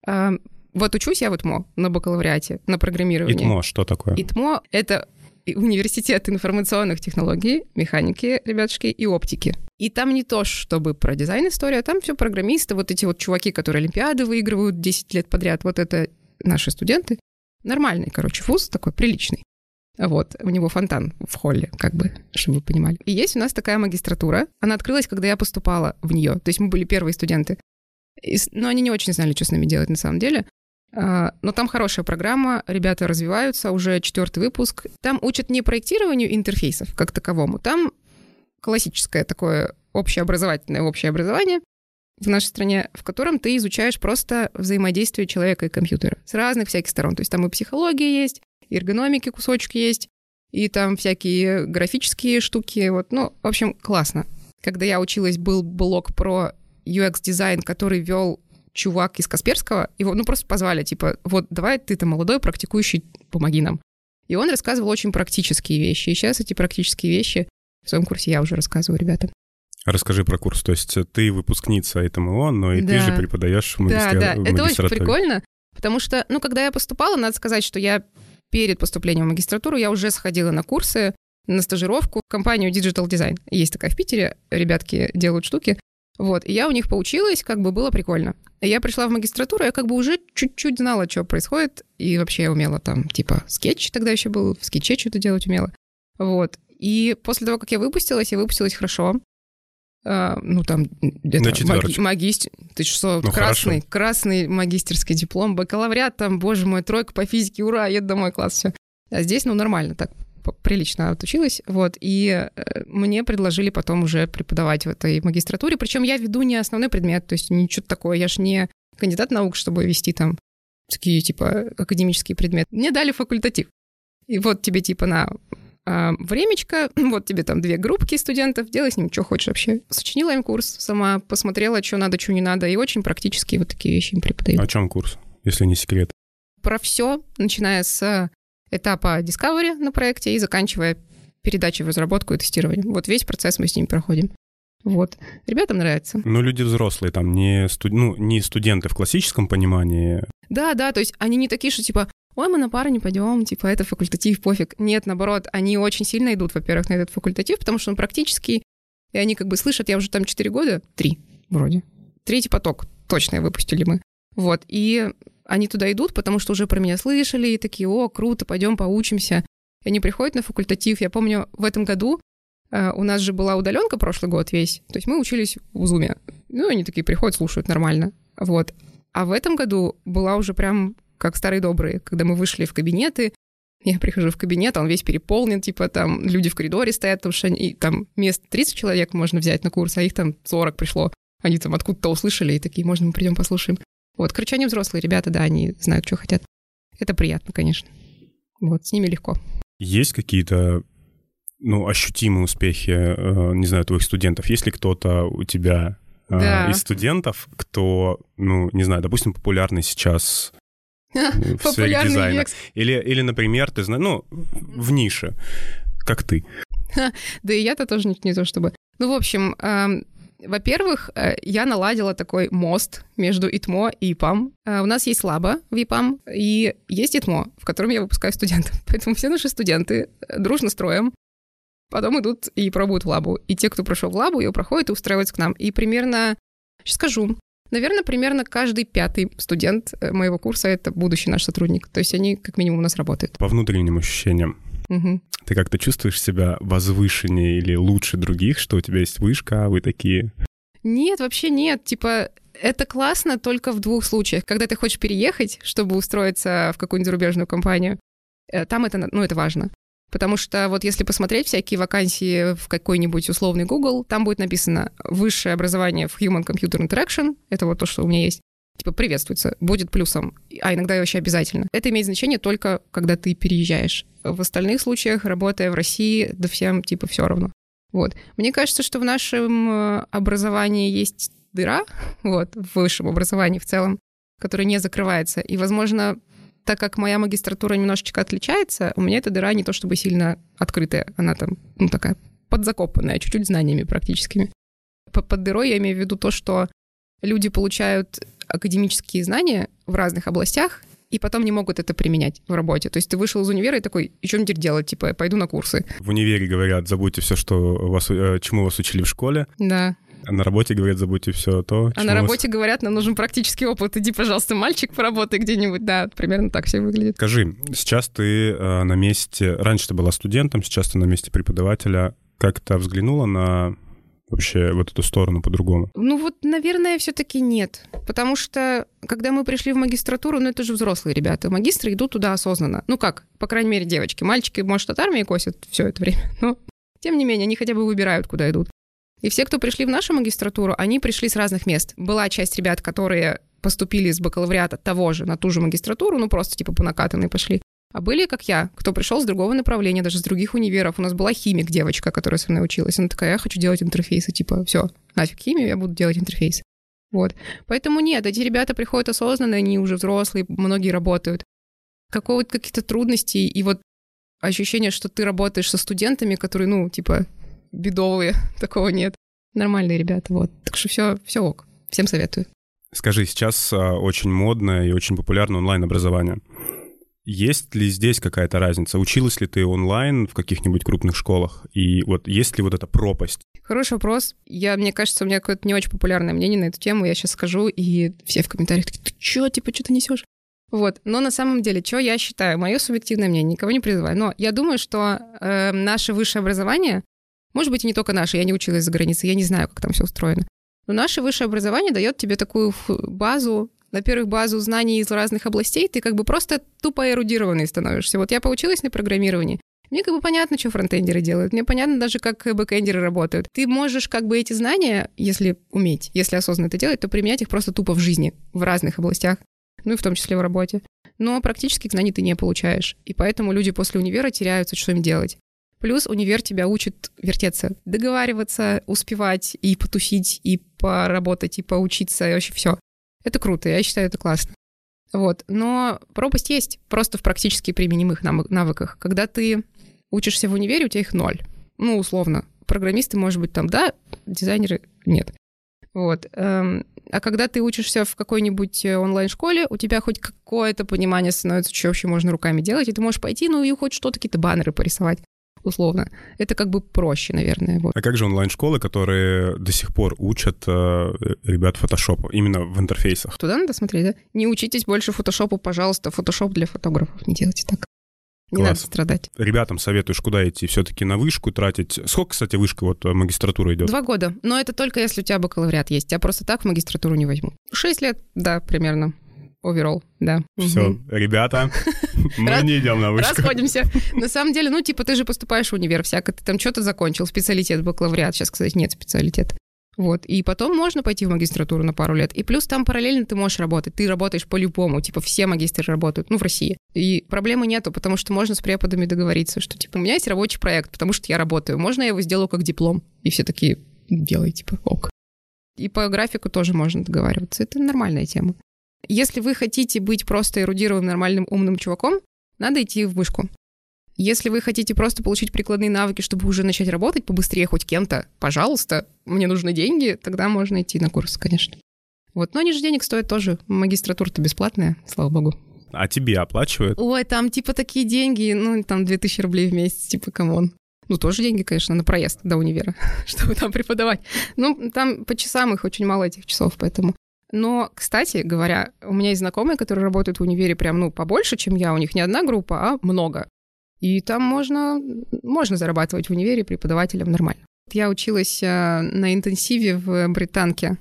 Вот учусь я в ИТМО на бакалавриате, на программировании. ИТМО, что такое? ИТМО — это университет информационных технологий, механики, ребятушки, и оптики. И там не то, чтобы про дизайн история, там все программисты, вот эти вот чуваки, которые олимпиады выигрывают 10 лет подряд, вот это наши студенты. Нормальный, вуз такой приличный. Вот, у него фонтан в холле, чтобы вы понимали. И есть у нас такая магистратура, она открылась, когда я поступала в нее, то есть мы были первые студенты. Но они не очень знали, что с нами делать на самом деле. Но там хорошая программа, ребята развиваются, уже 4-й выпуск. Там учат не проектированию интерфейсов как таковому, там классическое такое общее образование в нашей стране, в котором ты изучаешь просто взаимодействие человека и компьютера с разных всяких сторон. То есть там и психология есть, и эргономики кусочки есть, и там всякие графические штуки. В общем, классно. Когда я училась, был блок про UX-дизайн, который вел чувак из Касперского, его просто позвали, вот давай ты молодой, практикующий, помоги нам. И он рассказывал очень практические вещи. И сейчас эти практические вещи в своем курсе я уже рассказываю ребятам. Расскажи про курс. То есть ты выпускница ИТМО, но и ты же преподаешь в магистратуре. Да, это очень прикольно, потому что, когда я поступала, надо сказать, что я перед поступлением в магистратуру я уже сходила на курсы, на стажировку в компанию Digital Design. Есть такая в Питере, ребятки делают штуки. Вот, и я у них поучилась, было прикольно. Я пришла в магистратуру, я уже чуть-чуть знала, что происходит, и вообще я умела скетч тогда еще был, в скетче что-то делать умела. Вот, и после того, как я выпустилась хорошо. Магистр... Ты что, красный магистерский диплом, бакалавриат, боже мой, 3 по физике, ура, еду домой, класс, все. А здесь, нормально так. Прилично отучилась, и мне предложили потом уже преподавать в этой магистратуре, причем я веду не основной предмет, то есть ничего такое, я ж не кандидат наук, чтобы вести такие, академические предметы. Мне дали факультатив, и вот тебе, на времечко, вот тебе 2 группки студентов, делай с ними, что хочешь вообще. Сочинила им курс сама, посмотрела, что надо, что не надо, и очень практически вот такие вещи им преподаю. О чем курс, если не секрет? про все, начиная с этапа discovery на проекте и заканчивая передачей в разработку и тестированием. Вот весь процесс мы с ними проходим. Вот. Ребятам нравится. Ну, люди взрослые, там, не студенты в классическом понимании. Да, то есть они не такие, что типа, ой, мы на пару не пойдем, типа, это факультатив, пофиг. Нет, наоборот, они очень сильно идут, во-первых, на этот факультатив, потому что он практический, и они как бы слышат, я уже там 4 года, 3 вроде. 3-й поток точно выпустили мы. Вот, и они туда идут, потому что уже про меня слышали, и такие, о, круто, пойдем поучимся. И они приходят на факультатив. Я помню, в этом году у нас же была удаленка прошлый год весь. То есть мы учились в Zoom. Ну, они такие приходят, слушают нормально. Вот. А в этом году была уже прям как старые добрые, когда мы вышли в кабинеты. Я прихожу в кабинет, он весь переполнен, типа там люди в коридоре стоят, потому что и там мест 30 человек можно взять на курс, а их там 40 пришло. Они там откуда-то услышали и такие, можно мы придем послушаем. Вот, короче, они взрослые ребята, да, они знают, что хотят. Это приятно, конечно. Вот, с ними легко. Есть какие-то, ощутимые успехи, не знаю, твоих студентов? Есть ли кто-то у тебя из студентов, кто, не знаю, допустим, популярный сейчас в сфере дизайна? Или, например, ты знаешь, в нише, как ты? Да и я-то тоже не то чтобы... в общем, во-первых, я наладила такой мост между ИТМО и ИПАМ. У нас есть лаба в ИПАМ, и есть ИТМО, в котором я выпускаю студентов. Поэтому все наши студенты дружно строем, потом идут и пробуют в лабу. И те, кто прошел в лабу, ее проходят и устраиваются к нам. И примерно, сейчас скажу, наверное, примерно каждый 5-й студент моего курса — это будущий наш сотрудник. То есть они как минимум у нас работают. По внутренним ощущениям. Угу. Ты как-то чувствуешь себя возвышеннее или лучше других, что у тебя есть вышка, а вы такие? Нет, вообще нет. Типа, это классно только в 2 случаях. Когда ты хочешь переехать, чтобы устроиться в какую-нибудь зарубежную компанию, там это важно. Потому что вот если посмотреть всякие вакансии в какой-нибудь условный Google, там будет написано «высшее образование в Human-Computer Interaction». Это вот то, что у меня есть. Типа приветствуется, будет плюсом, а иногда и вообще обязательно. Это имеет значение только, когда ты переезжаешь. В остальных случаях, работая в России, да всем типа все равно. Вот. Мне кажется, что в нашем образовании есть дыра, вот, в высшем образовании в целом, которая не закрывается. И, возможно, так как моя магистратура немножечко отличается, у меня эта дыра не то чтобы сильно открытая, она там, такая подзакопанная, чуть-чуть знаниями практическими. Под дырой я имею в виду то, что люди получают академические знания в разных областях и потом не могут это применять в работе. То есть ты вышел из универа и такой, и что мне теперь делать? Типа, пойду на курсы. В универе говорят, забудьте все, чему вас учили в школе. Да. А на работе говорят, забудьте все то, А на работе говорят, нам нужен практический опыт. Иди, пожалуйста, мальчик, поработай где-нибудь. Да, примерно так все выглядит. Скажи, сейчас ты на месте... Раньше ты была студентом, сейчас ты на месте преподавателя. Как ты взглянула на... вообще вот эту сторону по-другому? Наверное, все-таки нет. Потому что, когда мы пришли в магистратуру, это же взрослые ребята. Магистры идут туда осознанно. По крайней мере, девочки. Мальчики, может, от армии косят все это время. Но, тем не менее, они хотя бы выбирают, куда идут. И все, кто пришли в нашу магистратуру, они пришли с разных мест. Была часть ребят, которые поступили с бакалавриата того же на ту же магистратуру, просто типа по накатанной пошли. А были, как я, кто пришел с другого направления, даже с других универов. У нас была химик, девочка, которая со мной училась. Она такая, я хочу делать интерфейсы. Типа, все, нафиг химию, я буду делать интерфейсы. Вот. Поэтому нет, эти ребята приходят осознанно, они уже взрослые, многие работают. Какие-то трудности и вот ощущение, что ты работаешь со студентами, которые, бедовые, такого нет. Нормальные ребята, вот. Так что все ок. Всем советую. Скажи, сейчас очень модное и очень популярное онлайн-образование. Есть ли здесь какая-то разница? Училась ли ты онлайн в каких-нибудь крупных школах? И вот есть ли вот эта пропасть? Хороший вопрос. Мне кажется, у меня какое-то не очень популярное мнение на эту тему. Я сейчас скажу, и все в комментариях такие, ты что ты несешь? Вот. Но на самом деле, что я считаю? Мое субъективное мнение, никого не призываю. Но я думаю, что наше высшее образование, может быть, и не только наше, я не училась за границей, я не знаю, как там все устроено. Но наше высшее образование дает тебе такую базу, во-первых, базу знаний из разных областей, ты как бы просто тупо эрудированный становишься. Вот я поучилась на программировании, мне как бы понятно, что фронтендеры делают, мне понятно даже, как бэкэндеры работают. Ты можешь как бы эти знания, если уметь, если осознанно это делать, то применять их просто тупо в жизни, в разных областях, и в том числе в работе. Но практических знаний ты не получаешь, и поэтому люди после универа теряются, что им делать. Плюс универ тебя учит вертеться, договариваться, успевать и потусить, и поработать, и поучиться, и вообще все. Это круто, я считаю, это классно. Вот. Но пропасть есть просто в практически применимых навыках. Когда ты учишься в универе, у тебя их 0. Ну, условно. Программисты, может быть, там да, дизайнеры нет. Вот. А когда ты учишься в какой-нибудь онлайн-школе, у тебя хоть какое-то понимание становится, что вообще можно руками делать, и ты можешь пойти, ну и хоть что-то, какие-то баннеры порисовать, условно. Это как бы проще, наверное. Вот. А как же онлайн-школы, которые до сих пор учат ребят фотошопу, именно в интерфейсах? Туда надо смотреть, да? Не учитесь больше фотошопу, пожалуйста, фотошоп для фотографов, не делайте так. Не надо страдать. Ребятам советуешь, куда идти? Все-таки на вышку тратить? Сколько, кстати, вышка вот магистратура идет? 2 года. Но это только если у тебя бакалавриат есть. Тебя просто так в магистратуру не возьму. 6 лет, да, примерно. Overall, да. Все, ребята, мы не идем на вышку. Расходимся. На самом деле, ну, типа, ты же поступаешь в универ всяко, ты там что-то закончил, специалитет, бакалавриат. Сейчас, кстати, нет специалитета. Вот. И потом можно пойти в магистратуру на пару лет. И плюс там параллельно ты можешь работать. Ты работаешь по-любому. Типа все магистры работают. Ну, в России. И проблемы нету, потому что можно с преподами договориться, что, типа, у меня есть рабочий проект, потому что я работаю. Можно я его сделаю как диплом? И все такие, делай, типа, ок. И по графику тоже можно договариваться. Это нормальная тема. Если вы хотите быть просто эрудированным, нормальным, умным чуваком, надо идти в вышку. Если вы хотите просто получить прикладные навыки, чтобы уже начать работать побыстрее хоть кем-то, пожалуйста, мне нужны деньги, тогда можно идти на курс, конечно. Вот, но они же денег стоят тоже. Магистратура-то бесплатная, слава богу. А тебе оплачивают? Ой, там типа такие деньги, ну, там 2000 рублей в месяц, типа, камон. Ну, тоже деньги, конечно, на проезд до универа, чтобы там преподавать. Ну, там по часам их очень мало, этих часов, поэтому... Но, кстати говоря, у меня есть знакомые, которые работают в универе прям, ну, побольше, чем я. У них не одна группа, а много. И там можно зарабатывать в универе преподавателем нормально. Я училась на интенсиве в Британке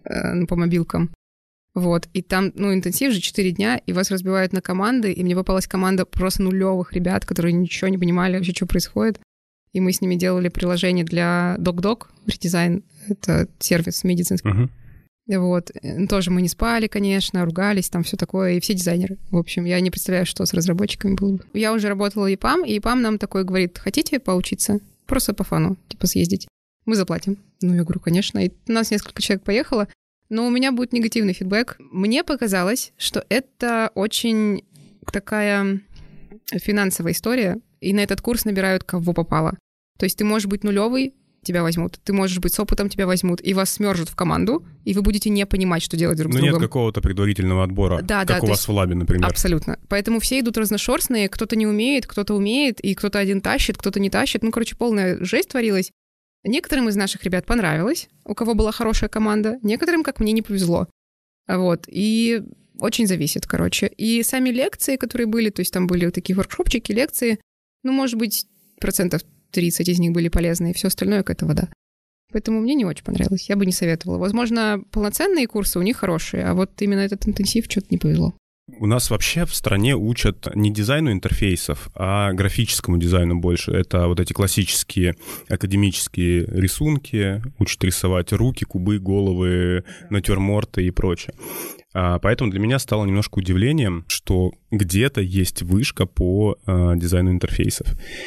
по мобилкам. Вот. И там, ну, интенсив же 4 дня, и вас разбивают на команды. И мне попалась команда просто нулевых ребят, которые ничего не понимали вообще, что происходит. И мы с ними делали приложение для DocDoc, редизайн. Это сервис медицинский. Вот. Тоже мы не спали, конечно, ругались, там все такое, и все дизайнеры. В общем, я не представляю, что с разработчиками было бы. Я уже работала в EPAM, и EPAM нам такой говорит, хотите поучиться? Просто по фану, типа съездить. Мы заплатим. Ну, я говорю, конечно. И у нас несколько человек поехало, но у меня будет негативный фидбэк. Мне показалось, что это очень такая финансовая история, и на этот курс набирают кого попало. То есть ты можешь быть нулевый, тебя возьмут. Ты можешь быть с опытом, тебя возьмут. И вас смержат в команду, и вы будете не понимать, что делать друг с другом. Ну, нет какого-то предварительного отбора, да, как у вас в лабе, например. Абсолютно. Поэтому все идут разношерстные, кто-то не умеет, кто-то умеет, и кто-то один тащит, кто-то не тащит. Ну, короче, полная жесть творилась. Некоторым из наших ребят понравилось, у кого была хорошая команда, некоторым, как мне, не повезло. Вот. И очень зависит, короче. И сами лекции, которые были, то есть там были вот такие воркшопчики, лекции, ну, может быть, 30% из них были полезные, все остальное какая-то вода. Поэтому мне не очень понравилось, я бы не советовала. Возможно, полноценные курсы у них хорошие, а вот именно этот интенсив что-то не повезло. У нас вообще в стране учат не дизайну интерфейсов, а графическому дизайну больше. Это вот эти классические академические рисунки, учат рисовать руки, кубы, головы, натюрморты и прочее. Поэтому для меня стало немножко удивлением, что где-то есть вышка по дизайну интерфейсов.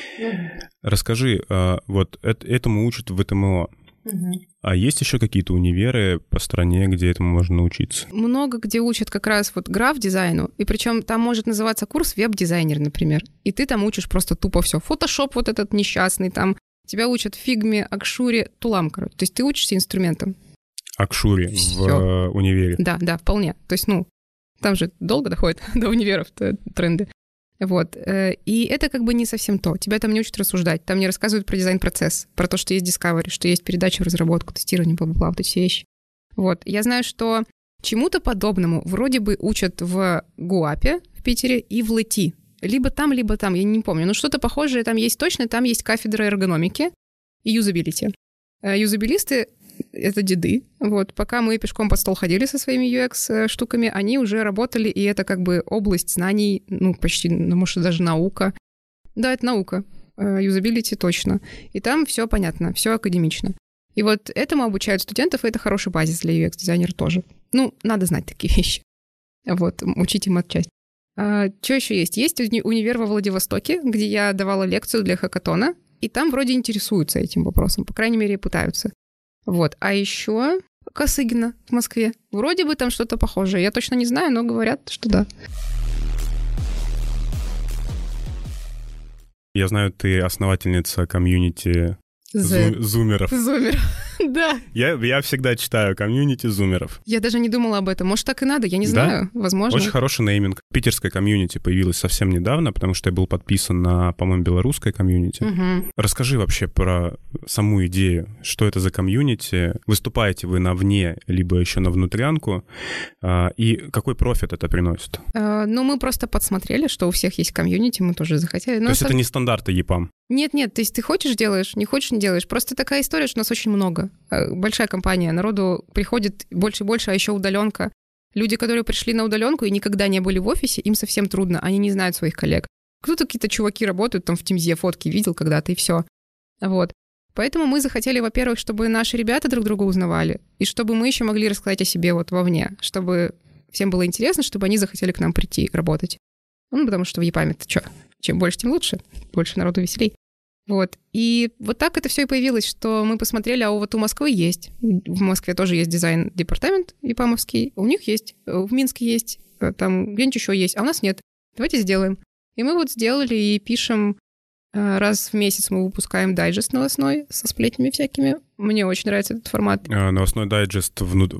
Расскажи, вот этому учат в ВТМО. А есть еще какие-то универы по стране, где этому можно научиться? Много где учат как раз вот граф-дизайну, и причем там может называться курс веб-дизайнер, например, и ты там учишь просто тупо все. Фотошоп вот этот несчастный, там тебя учат фигме, акшуре, тулам, короче. То есть ты учишься инструментам. Акшуре в универе? Да, вполне. То есть, ну, там же долго доходит до универов тренды. Вот. И это как бы не совсем то. Тебя там не учат рассуждать. Там не рассказывают про дизайн-процесс, про то, что есть discovery, что есть передача в разработку, тестирование, бла-бла-бла, вот эти все вещи. Вот. Я знаю, что чему-то подобному вроде бы учат в ГУАПе в Питере и в ЛЭТИ. Либо там, я не помню. Но что-то похожее там есть точно. Там есть кафедра эргономики и юзабилити. Юзабилисты — это деды. Вот. Пока мы пешком под стол ходили со своими UX-штуками, они уже работали, и это как бы область знаний, ну, почти, ну, может, даже наука. Да, это наука. Юзабилити точно. И там все понятно, все академично. И вот этому обучают студентов, и это хороший базис для UX-дизайнера тоже. Ну, надо знать такие вещи. Вот, учить им отчасти. Что еще есть? Есть универ во Владивостоке, где я давала лекцию для хакатона, и там вроде интересуются этим вопросом, по крайней мере, пытаются. Вот. А еще Косыгина в Москве. Вроде бы там что-то похожее. Я точно не знаю, но говорят, что да. Я знаю, ты основательница комьюнити зумеров. Зумер, да. Я всегда читаю комьюнити зумеров. Я даже не думала об этом. Может, так и надо, я не знаю. Возможно. Очень хороший нейминг. Питерская комьюнити появилась совсем недавно, потому что я был подписан на, по-моему, белорусское комьюнити. Угу. Расскажи вообще про саму идею. Что это за комьюнити? Выступаете вы на вне, либо еще на внутрянку? И какой профит это приносит? Мы просто подсмотрели, что у всех есть комьюнити, мы тоже захотели. То есть это не стандарты EPAM? Нет, то есть ты хочешь — делаешь, не хочешь — не делаешь. Просто такая история, что нас очень много. Большая компания, народу приходит больше и больше, а еще удаленка. Люди, которые пришли на удаленку и никогда не были в офисе, им совсем трудно, они не знают своих коллег. Кто-то, какие-то чуваки работают, там в Тимзе фотки видел когда-то, и все. Вот. Поэтому мы захотели, во-первых, чтобы наши ребята друг друга узнавали, и чтобы мы еще могли рассказать о себе вот вовне, чтобы всем было интересно, чтобы они захотели к нам прийти работать. Потому что в EPAM-то что? Чем больше, тем лучше. Больше народу веселей. Вот. И вот так это все и появилось, что мы посмотрели, а вот у Москвы есть. В Москве тоже есть дизайн-департамент EPAM-овский. У них есть, в Минске есть, там где-нибудь еще есть, а у нас нет. Давайте сделаем. И мы вот сделали и пишем. Раз в месяц мы выпускаем дайджест новостной со сплетнями всякими. Мне очень нравится этот формат. Новостной дайджест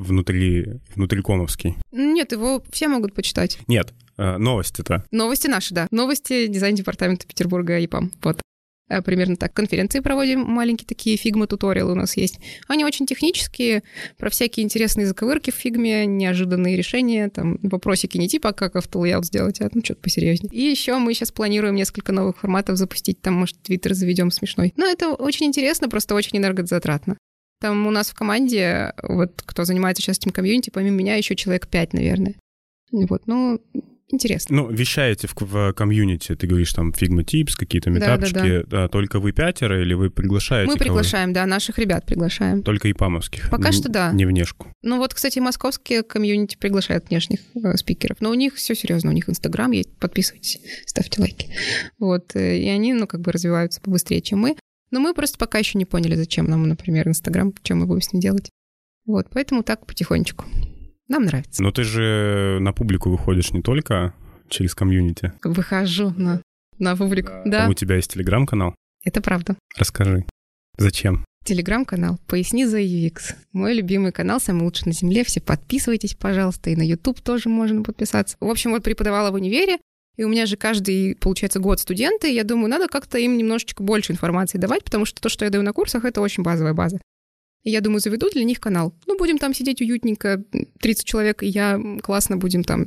внутрикомовский? Нет, его все могут почитать. Нет, новости-то. Новости наши, да. Новости дизайн-департамента Петербурга EPAM. Вот. Примерно так. Конференции проводим, маленькие такие фигма-туториалы у нас есть. Они очень технические, про всякие интересные заковырки в фигме, неожиданные решения, там вопросики не типа, как автолейаут сделать, а что-то посерьезнее. И еще мы сейчас планируем несколько новых форматов запустить, там, может, Твиттер заведем смешной. Но это очень интересно, просто очень энергозатратно. Там у нас в команде, вот кто занимается сейчас этим комьюнити, помимо меня еще человек 5, наверное. Вот, интересно. Вещаете в комьюнити, ты говоришь, там, Figma Tips, какие-то метапчики, да. Только вы 5 или вы приглашаете Мы кого-то? приглашаем, да, наших ребят приглашаем. Только EPAM-овских? Пока что да. Не внешку? Кстати, московские комьюнити приглашают внешних спикеров, но у них все серьезно, у них Инстаграм есть, подписывайтесь, ставьте лайки. Вот, и они, развиваются побыстрее, чем мы. Но мы просто пока еще не поняли, зачем нам, например, Инстаграм, что мы будем с ним делать. Вот, поэтому так потихонечку. Нам нравится. Но ты же на публику выходишь не только через комьюнити. Выхожу на публику, да. У тебя есть телеграм-канал? Это правда. Расскажи. Зачем? Телеграм-канал «Поясни за UX». Мой любимый канал, самый лучший на Земле. Все подписывайтесь, пожалуйста. И на YouTube тоже можно подписаться. В общем, преподавала в универе, и у меня же каждый, получается, год студенты. Я думаю, надо как-то им немножечко больше информации давать, потому что то, что я даю на курсах, это очень базовая база. И я думаю, заведу для них канал. Будем там сидеть уютненько, 30 человек, и я классно будем там...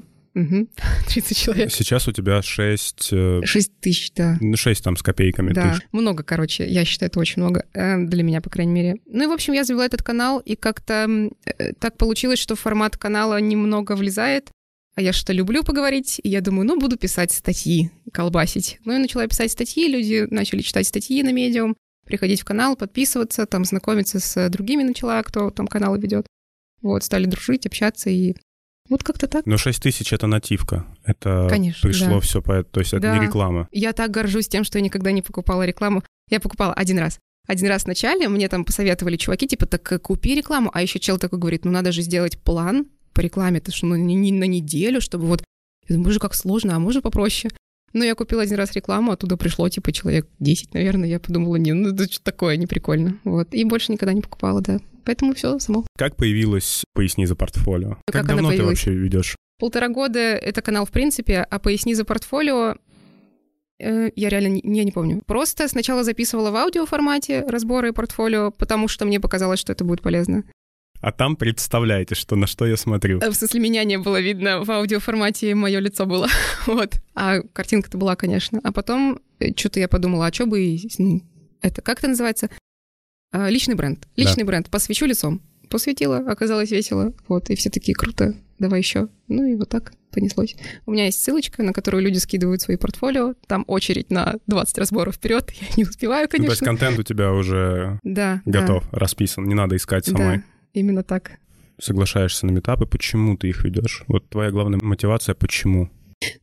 30 человек. Сейчас у тебя 6 тысяч, да. 6 там с копейками. Да, тысяч. много, я считаю, это очень много. Для меня, по крайней мере. И, в общем, я завела этот канал, и как-то так получилось, что формат канала немного влезает. А я что люблю поговорить, и я думаю, буду писать статьи, колбасить. И начала писать статьи, люди начали читать статьи на Medium, приходить в канал, подписываться, там знакомиться с другими начала, кто там каналы ведет. Вот, стали дружить, общаться, и вот как-то так. Но 6 тысяч — это нативка. Это конечно, пришло да. все по... То есть это не реклама. Я так горжусь тем, что я никогда не покупала рекламу. Я покупала один раз. Один раз в начале мне там посоветовали чуваки, так купи рекламу. А еще чел такой говорит, надо же сделать план по рекламе, это что, не на неделю, чтобы вот... Я думаю, боже, как сложно, а можно попроще? Но я купила один раз рекламу, оттуда пришло человек 10, наверное. Я подумала, это что такое, не прикольно. Вот. И больше никогда не покупала, да. Поэтому все само. Как появилась «Поясни за портфолио»? Как давно ты вообще ведешь? 1,5 года это канал в принципе, а «Поясни за портфолио» я реально не помню. Просто сначала записывала в аудиоформате разборы портфолио, потому что мне показалось, что это будет полезно. А там представляете, на что я смотрю. В смысле, меня не было видно, в аудиоформате мое лицо было. Вот. А картинка-то была, конечно. А потом что-то я подумала, а что бы... это как это называется? Личный бренд. Личный бренд. Посвящу лицом. Посвятила, оказалось весело. Вот. И все такие, круто, давай еще. И вот так понеслось. У меня есть ссылочка, на которую люди скидывают свои портфолио. Там очередь на 20 разборов вперед. Я не успеваю, конечно. То есть контент у тебя уже готов, расписан. Не надо искать самой. Да. Именно так. Соглашаешься на митапы, почему ты их ведешь? Вот твоя главная мотивация, почему?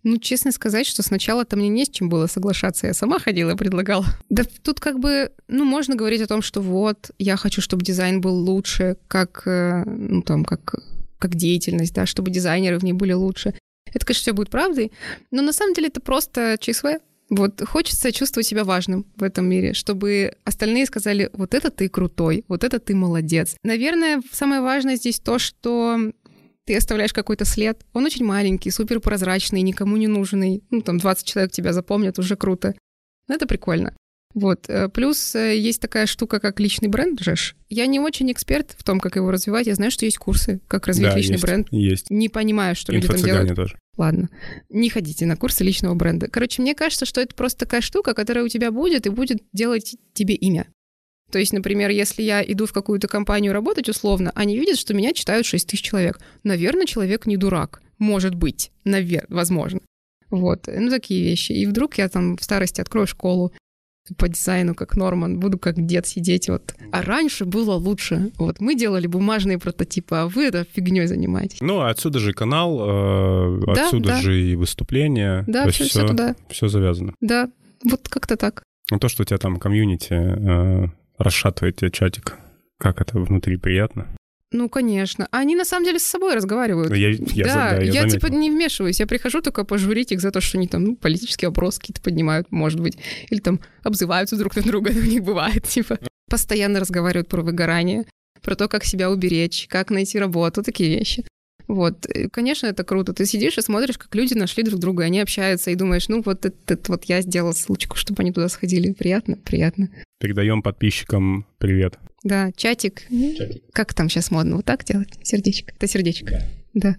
Ну, честно сказать, что сначала-то мне не с чем было соглашаться. Я сама ходила и предлагала. Да тут как бы, ну, можно говорить о том, что вот, я хочу, чтобы дизайн был лучше, как, ну, там, как деятельность, да, чтобы дизайнеры в ней были лучше. Это, конечно, все будет правдой, но на самом деле это просто ЧСВ. Вот хочется чувствовать себя важным в этом мире, чтобы остальные сказали, вот это ты крутой, вот это ты молодец. Наверное, самое важное здесь то, что ты оставляешь какой-то след. Он очень маленький, суперпрозрачный, никому не нужный. Ну, там 20 человек тебя запомнят, уже круто. Но это прикольно. Вот. Плюс есть такая штука, как личный бренд, Жеш. Я не очень эксперт в том, как его развивать. Я знаю, что есть курсы, как развить личный бренд. Есть. Не понимаю, что люди там делают. Тоже. Ладно. Не ходите на курсы личного бренда. Короче, мне кажется, что это просто такая штука, которая у тебя будет и будет делать тебе имя. То есть, например, если я иду в какую-то компанию работать условно, они видят, что меня читают 6 тысяч человек. Наверное, человек не дурак. Может быть. Возможно. Вот. Ну, такие вещи. И вдруг я там в старости открою школу по дизайну, как Норман, буду как дед сидеть. Вот. А раньше было лучше. Вот мы делали бумажные прототипы, а вы этой фигней занимаетесь. Ну, отсюда же канал, отсюда же и выступления. Да, все туда. Все завязано. Да, вот как-то так. Ну, то, что у тебя там комьюнити расшатывает тебе чатик, как это внутри приятно? Ну, конечно. Они на самом деле с собой разговаривают. Я типа не вмешиваюсь. Я прихожу только пожурить их за то, что они там политические вопросы какие-то поднимают, может быть. Или там обзываются друг на друга, у них бывает, типа. Постоянно разговаривают про выгорание, про то, как себя уберечь, как найти работу, такие вещи. Вот. И, конечно, это круто. Ты сидишь и смотришь, как люди нашли друг друга, они общаются, и думаешь, ну, вот это вот я сделала ссылочку, чтобы они туда сходили. Приятно? Приятно. Передаем подписчикам привет. Да, чатик. Как там сейчас модно? Вот так делать? Сердечко. Это сердечко. Да.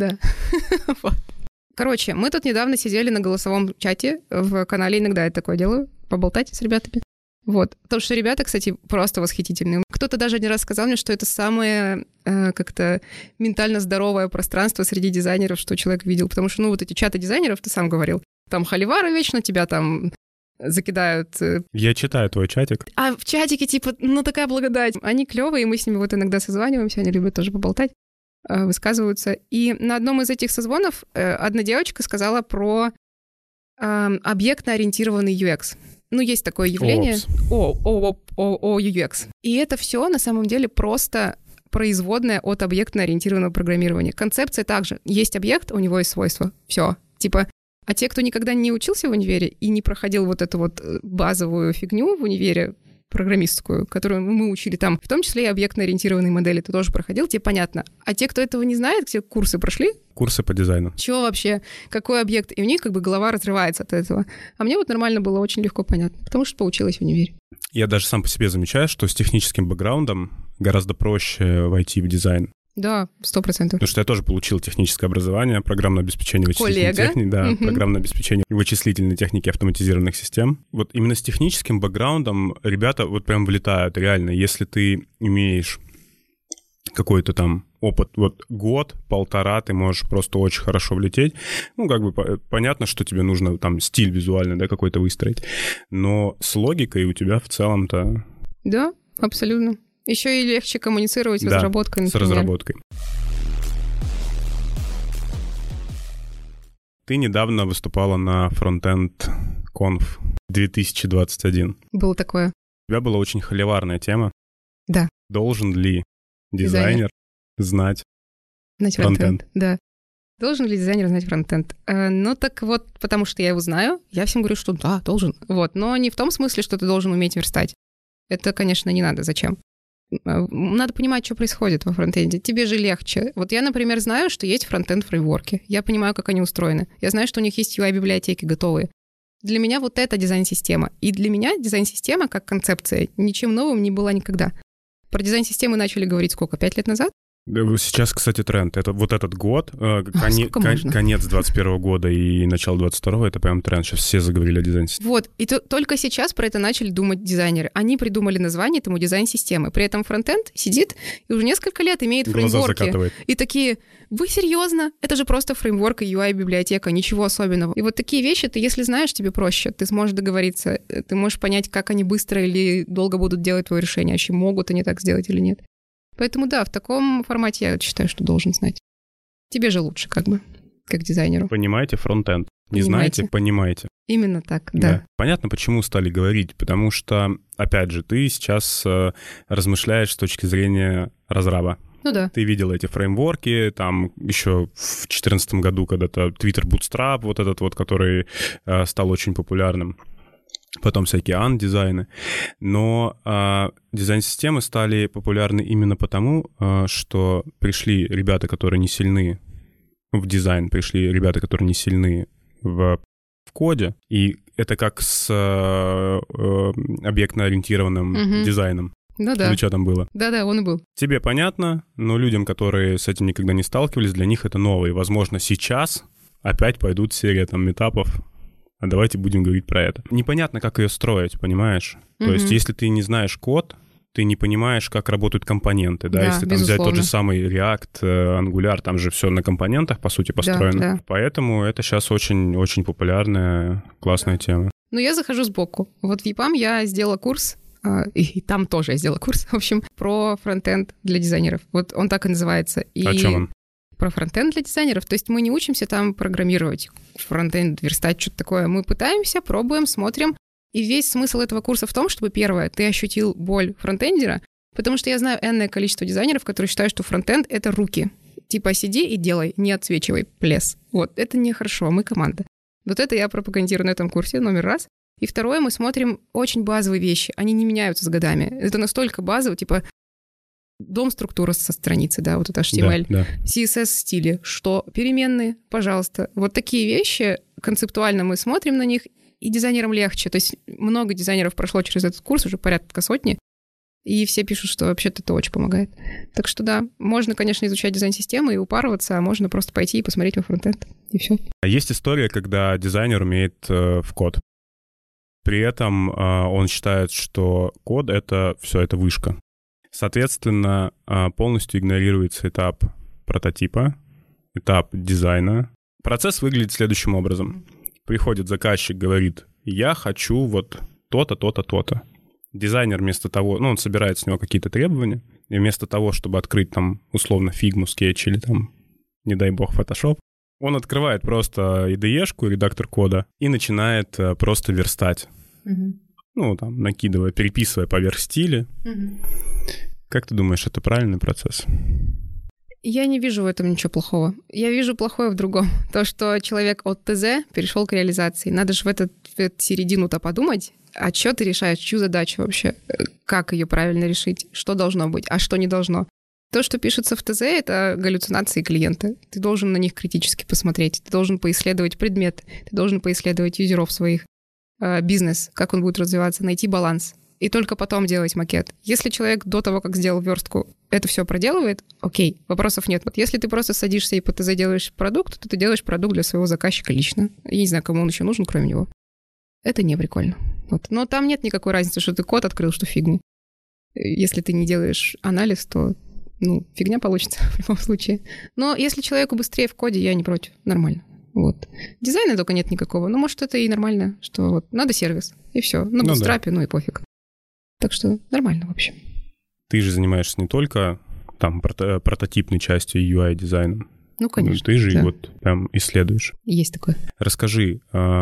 Короче, мы тут недавно сидели на голосовом чате в канале, иногда я такое делаю, поболтать с ребятами. Вот. Потому что ребята, кстати, просто восхитительные. Кто-то даже один раз сказал мне, что это самое как-то ментально здоровое пространство среди дизайнеров, что человек видел. Потому что, ну, вот эти чаты дизайнеров, ты сам говорил, там холивары вечно тебя там закидают. Я читаю твой чатик. А в чатике, типа, ну, такая благодать. Они клевые, и мы с ними вот иногда созваниваемся, они любят тоже поболтать, высказываются. И на одном из этих созвонов одна девочка сказала про объектно-ориентированный UX. Ну, есть такое явление. UX. И это все на самом деле просто производная от объектно-ориентированного программирования. Концепция также. Есть объект, у него есть свойства. Все. Типа, а те, кто никогда не учился в универе и не проходил вот эту вот базовую фигню в универе, программистскую, которую мы учили там, в том числе и объектно-ориентированные модели, ты тоже проходил, тебе понятно. А те, кто этого не знает, все курсы прошли? Курсы по дизайну. Чего вообще? Какой объект? И у них как бы голова разрывается от этого. А мне вот нормально было, очень легко понятно, потому что поучилась в универе. Я даже сам по себе замечаю, что с техническим бэкграундом гораздо проще войти в дизайн. Да, 100%. Потому что я тоже получил техническое образование, программное обеспечение вычислительной техники, да, программное обеспечение вычислительной техники автоматизированных систем. Вот именно с техническим бэкграундом ребята вот прям вылетают, реально. Если ты имеешь какой-то там опыт, вот год-полтора, ты можешь просто очень хорошо влететь. Ну, как бы понятно, что тебе нужно там стиль визуальный, да, какой-то выстроить. Но с логикой у тебя в целом-то... Да, абсолютно. Еще и легче коммуницировать с разработкой, например. С разработкой. Ты недавно выступала на Frontend Conf 2021. Было такое. У тебя была очень холиварная тема. Да. Должен ли дизайнер знать фронтенд? Да. Должен ли дизайнер знать фронтенд? Ну так вот, потому что я его знаю, я всем говорю, что да, должен. Вот. Но не в том смысле, что ты должен уметь верстать. Это, конечно, не надо. Зачем? Надо понимать, что происходит во фронтенде. Тебе же легче. Вот я, например, знаю, что есть фронтенд-фреймворки. Я понимаю, как они устроены. Я знаю, что у них есть UI-библиотеки готовые. Для меня вот это дизайн-система. И для меня дизайн-система как концепция ничем новым не была никогда. Про дизайн-системы начали говорить сколько? 5 лет назад? Сейчас, кстати, тренд. Это вот этот год, конец 21 года и начало 22-го, это прям тренд. Сейчас все заговорили о дизайн-системе. Вот, и только сейчас про это начали думать дизайнеры. Они придумали название этому дизайн-системы. При этом фронтенд сидит и уже несколько лет имеет фреймворки. И такие, вы серьезно? Это же просто фреймворк и UI-библиотека, ничего особенного. И вот такие вещи, ты если знаешь, тебе проще. Ты сможешь договориться, ты можешь понять, как они быстро или долго будут делать твое решение, вообще могут они так сделать или нет. Поэтому да, в таком формате я считаю, что должен знать. Тебе же лучше, как бы. как дизайнеру. Понимаете фронт-энд. Не знаете, понимаете. Именно так, да. Понятно, почему стали говорить, потому что, опять же, ты сейчас размышляешь с точки зрения разраба. Ну да. Ты видел эти фреймворки, там еще в 2014 году когда-то Twitter Bootstrap, вот этот вот, который стал очень популярным. Потом всякие ан-дизайны. Но дизайн-системы стали популярны именно потому, что пришли ребята, которые не сильны в дизайн, пришли ребята, которые не сильны в коде, и это как с объектно-ориентированным дизайном. Ну да. Или что там было? Да-да, он и был. Тебе понятно, но людям, которые с этим никогда не сталкивались, для них это ново. И, возможно, сейчас опять пойдут серия там митапов. А давайте будем говорить про это. Непонятно, как ее строить, понимаешь? То есть, если ты не знаешь код, ты не понимаешь, как работают компоненты, да? Если там взять тот же самый React, Angular, там же все на компонентах, по сути, построено. Да. Поэтому это сейчас очень-очень популярная, классная тема. Ну, я захожу сбоку. Вот в EPAM я сделала курс, и там тоже я сделала курс, в общем, про фронтенд для дизайнеров. Вот он так и называется. О чем он? Про фронтенд для дизайнеров. То есть мы не учимся там программировать, фронтенд, верстать, что-то такое. Мы пытаемся, пробуем, смотрим. И весь смысл этого курса в том, чтобы, первое, ты ощутил боль фронтендера, потому что я знаю энное количество дизайнеров, которые считают, что фронтенд — это руки. Типа сиди и делай, не отсвечивай, плес. Вот, это нехорошо, мы команда. Вот это я пропагандирую на этом курсе, номер раз. И второе, мы смотрим очень базовые вещи, они не меняются с годами. Это настолько базово, типа дом-структура со страницы, да, вот это HTML, да. CSS-стили, что переменные, пожалуйста. Вот такие вещи, концептуально мы смотрим на них, и дизайнерам легче. То есть много дизайнеров прошло через этот курс, уже порядка сотни, и все пишут, что вообще-то это очень помогает. Так что да, можно, конечно, изучать дизайн-системы и упарываться, а можно просто пойти и посмотреть во фронтенд, и все. Есть история, когда дизайнер умеет в код. При этом он считает, что код — это все, это вышка. Соответственно, полностью игнорируется этап прототипа, этап дизайна. Процесс выглядит следующим образом. Приходит заказчик, говорит: я хочу вот то-то, то-то, то-то. Дизайнер вместо того, он собирает с него какие-то требования, и вместо того, чтобы открыть там условно Figma, Sketch или там, не дай бог, Photoshop, он открывает просто IDE-шку, редактор кода, и начинает просто верстать. Там, накидывая, переписывая поверх стиля. Как ты думаешь, это правильный процесс? Я не вижу в этом ничего плохого. Я вижу плохое в другом. То, что человек от ТЗ перешел к реализации. Надо же в эту середину-то подумать, а что ты решаешь, чью задачу вообще, как ее правильно решить, что должно быть, а что не должно. То, что пишется в ТЗ, это галлюцинации клиента. Ты должен на них критически посмотреть, ты должен поисследовать предмет, ты должен поисследовать юзеров своих, бизнес, как он будет развиваться, найти баланс. И только потом делать макет. Если человек до того, как сделал верстку, это все проделывает, окей, вопросов нет. Вот если ты просто садишься и по ТЗ делаешь продукт, то ты делаешь продукт для своего заказчика лично. Я не знаю, кому он еще нужен, кроме него. Это не прикольно. Вот. Но там нет никакой разницы, что ты код открыл, что фигня. Если ты не делаешь анализ, то фигня получится в любом случае. Но если человеку быстрее в коде, я не против. Нормально. Вот. Дизайна только нет никакого. Может, это и нормально, что вот надо сервис, и все. На бутстрапе, и пофиг. Так что нормально, в общем. Ты же занимаешься не только там прототипной частью UI-дизайном. Конечно. Ты же вот прям исследуешь. Есть такое. Расскажи,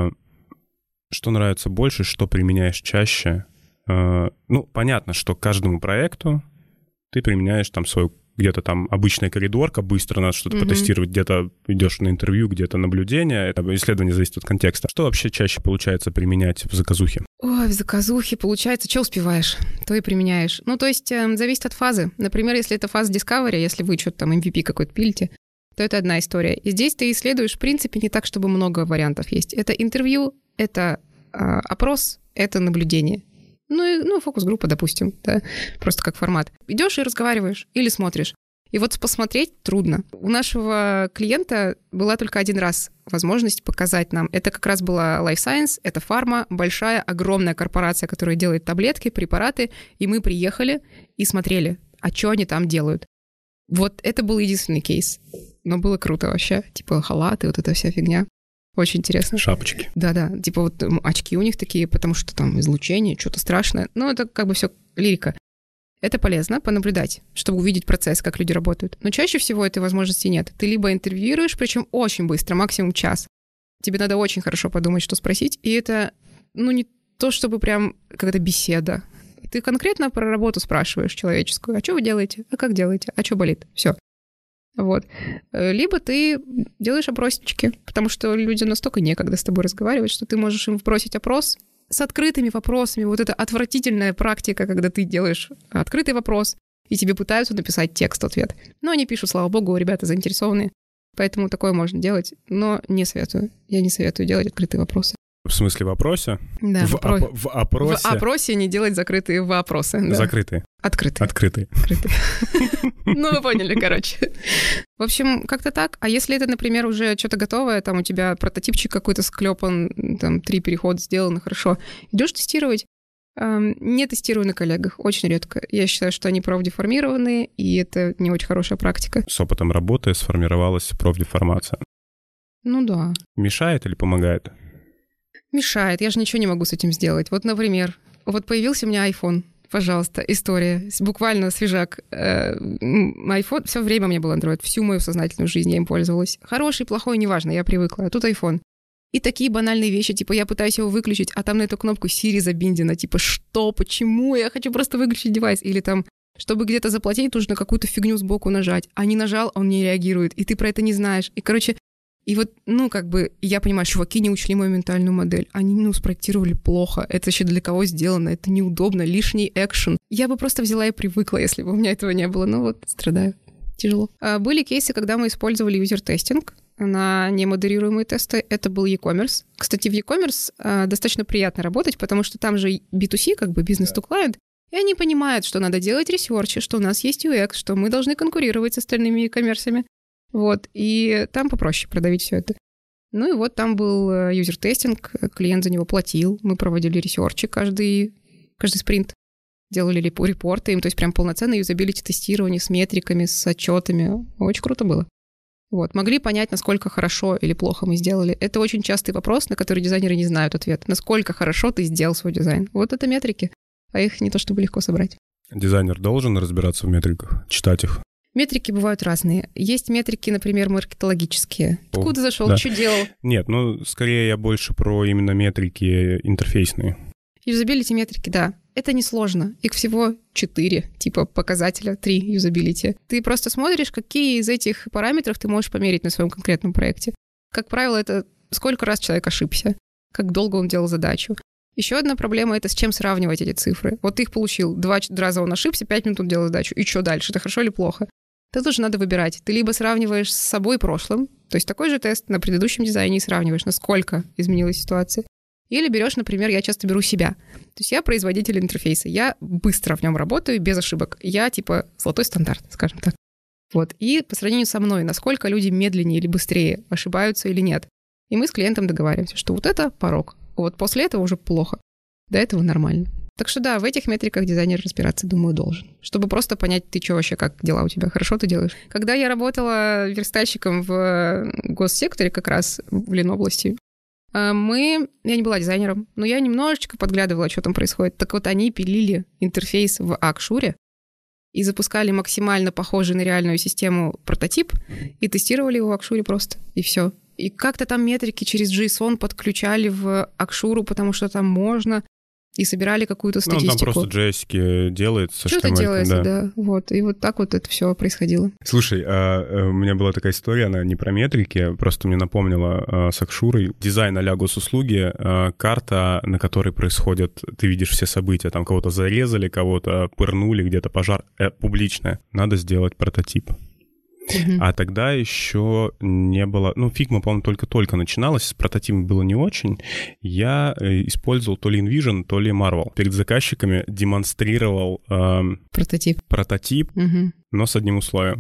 что нравится больше, что применяешь чаще? Понятно, что к каждому проекту ты применяешь там свою где-то там обычная коридорка, быстро надо что-то потестировать, где-то идешь на интервью, где-то наблюдение. Это исследование зависит от контекста. Что вообще чаще получается применять в заказухе? Ой, в заказухе получается, что успеваешь, то и применяешь. То есть зависит от фазы. Например, если это фаза Discovery, если вы что-то там MVP какой-то пилите, то это одна история. И здесь ты исследуешь, в принципе, не так, чтобы много вариантов есть. Это интервью, это опрос, это наблюдение. Фокус-группа, допустим, да, просто как формат. Идешь и разговариваешь или смотришь. И вот посмотреть трудно. У нашего клиента была только один раз возможность показать нам. Это как раз была Life Science, это фарма, большая, огромная корпорация, которая делает таблетки, препараты, и мы приехали и смотрели, а что они там делают. Вот это был единственный кейс. Но было круто вообще. Типа халаты, вот эта вся фигня. Очень интересно. Шапочки. Да-да, типа вот очки у них такие, потому что там излучение, что-то страшное. Это как бы все лирика. Это полезно, понаблюдать, чтобы увидеть процесс, как люди работают. Но чаще всего этой возможности нет. Ты либо интервьюируешь, причем очень быстро, максимум час. Тебе надо очень хорошо подумать, что спросить. И это, не то, чтобы прям какая-то беседа. Ты конкретно про работу спрашиваешь человеческую. А что вы делаете? А как делаете? А что болит? Все. Вот. Либо ты делаешь опроснички, потому что людям настолько некогда с тобой разговаривать, что ты можешь им вбросить опрос с открытыми вопросами. Вот это отвратительная практика, когда ты делаешь открытый вопрос, и тебе пытаются написать текст-ответ. Но они пишут, слава богу, ребята заинтересованные. Поэтому такое можно делать, но не советую. Я не советую делать открытые вопросы. В смысле в вопросе? Да, в опросе. В опросе не делать закрытые вопросы. Да. Закрытые. Открытые. Ну, вы поняли, короче. В общем, как-то так. А если это, например, уже что-то готовое, там у тебя прототипчик какой-то склепан, там 3 перехода сделаны, хорошо. Идешь тестировать. Не тестирую на коллегах, очень редко. Я считаю, что они профдеформированные, и это не очень хорошая практика. С опытом работы сформировалась профдеформация. Ну да. Мешает или помогает? Мешает, я же ничего не могу с этим сделать. Вот, например, появился у меня iPhone. Пожалуйста, история. Буквально свежак. iPhone, все время у меня был Android, всю мою сознательную жизнь я им пользовалась. Хороший, плохой, неважно, я привыкла. А тут iPhone. И такие банальные вещи, типа я пытаюсь его выключить, а там на эту кнопку Siri забиндена. Типа что, почему? Я хочу просто выключить девайс. Или там, чтобы где-то заплатить, нужно какую-то фигню сбоку нажать. А не нажал, он не реагирует. И ты про это не знаешь. И, короче, я понимаю, чуваки не учли мою ментальную модель. Они, спроектировали плохо. Это еще для кого сделано? Это неудобно, лишний экшен. Я бы просто взяла и привыкла, если бы у меня этого не было. Страдаю. Тяжело. Были кейсы, когда мы использовали юзер-тестинг на немодерируемые тесты. Это был e-commerce. Кстати, в e-commerce достаточно приятно работать, потому что там же B2C, как бы business-to-client, и они понимают, что надо делать ресерчи, что у нас есть UX, что мы должны конкурировать с остальными e-commerce'ами. Вот, и там попроще продавить все это. Там был юзер-тестинг, клиент за него платил, мы проводили ресерчи каждый спринт, делали репорты им, то есть прям полноценное юзабилити-тестирование с метриками, с отчетами. Очень круто было. Вот, могли понять, насколько хорошо или плохо мы сделали. Это очень частый вопрос, на который дизайнеры не знают ответ. Насколько хорошо ты сделал свой дизайн. Вот это метрики, а их не то чтобы легко собрать. Дизайнер должен разбираться в метриках, читать их? Метрики бывают разные. Есть метрики, например, маркетологические. Откуда зашел, да. Что делал? Нет, скорее я больше про именно метрики интерфейсные. Юзабилити метрики, да. Это несложно. Их всего 4 типа показателя, 3 юзабилити. Ты просто смотришь, какие из этих параметров ты можешь померить на своем конкретном проекте. Как правило, это сколько раз человек ошибся, как долго он делал задачу. Еще одна проблема — это с чем сравнивать эти цифры. Вот ты их получил, 2 раза он ошибся, 5 минут он делал задачу. И что дальше? Это хорошо или плохо? Тут уже надо выбирать. Ты либо сравниваешь с собой прошлым, то есть такой же тест на предыдущем дизайне и сравниваешь, насколько изменилась ситуация. Или берешь, например, я часто беру себя. То есть я производитель интерфейса, я быстро в нем работаю, без ошибок. Я типа золотой стандарт, скажем так. Вот. И по сравнению со мной, насколько люди медленнее или быстрее, ошибаются или нет. И мы с клиентом договариваемся, что вот это порог. Вот после этого уже плохо. До этого нормально. Так что да, в этих метриках дизайнер разбираться, думаю, должен. Чтобы просто понять, ты что вообще, как дела у тебя, хорошо ты делаешь. Когда я работала верстальщиком в госсекторе как раз в Ленобласти, я не была дизайнером, но я немножечко подглядывала, что там происходит. Так вот, они пилили интерфейс в Акшуре и запускали максимально похожий на реальную систему прототип и тестировали его в Акшуре просто, и все. И как-то там метрики через JSON подключали в Акшуру, потому что там можно, и собирали какую-то статистику. Там просто JS делается. Что-то делается, да. Вот. И вот так вот это все происходило. Слушай, у меня была такая история, она не про метрики, просто мне напомнила с Акшурой. Дизайн а-ля госуслуги, карта, на которой происходят, ты видишь все события, там кого-то зарезали, кого-то пырнули, где-то пожар, публичное. Надо сделать прототип. А тогда еще не было... Figma, по-моему, только-только начиналась, с прототипом было не очень. Я использовал то ли InVision, то ли Marvel. Перед заказчиками демонстрировал... Прототип, но с одним условием.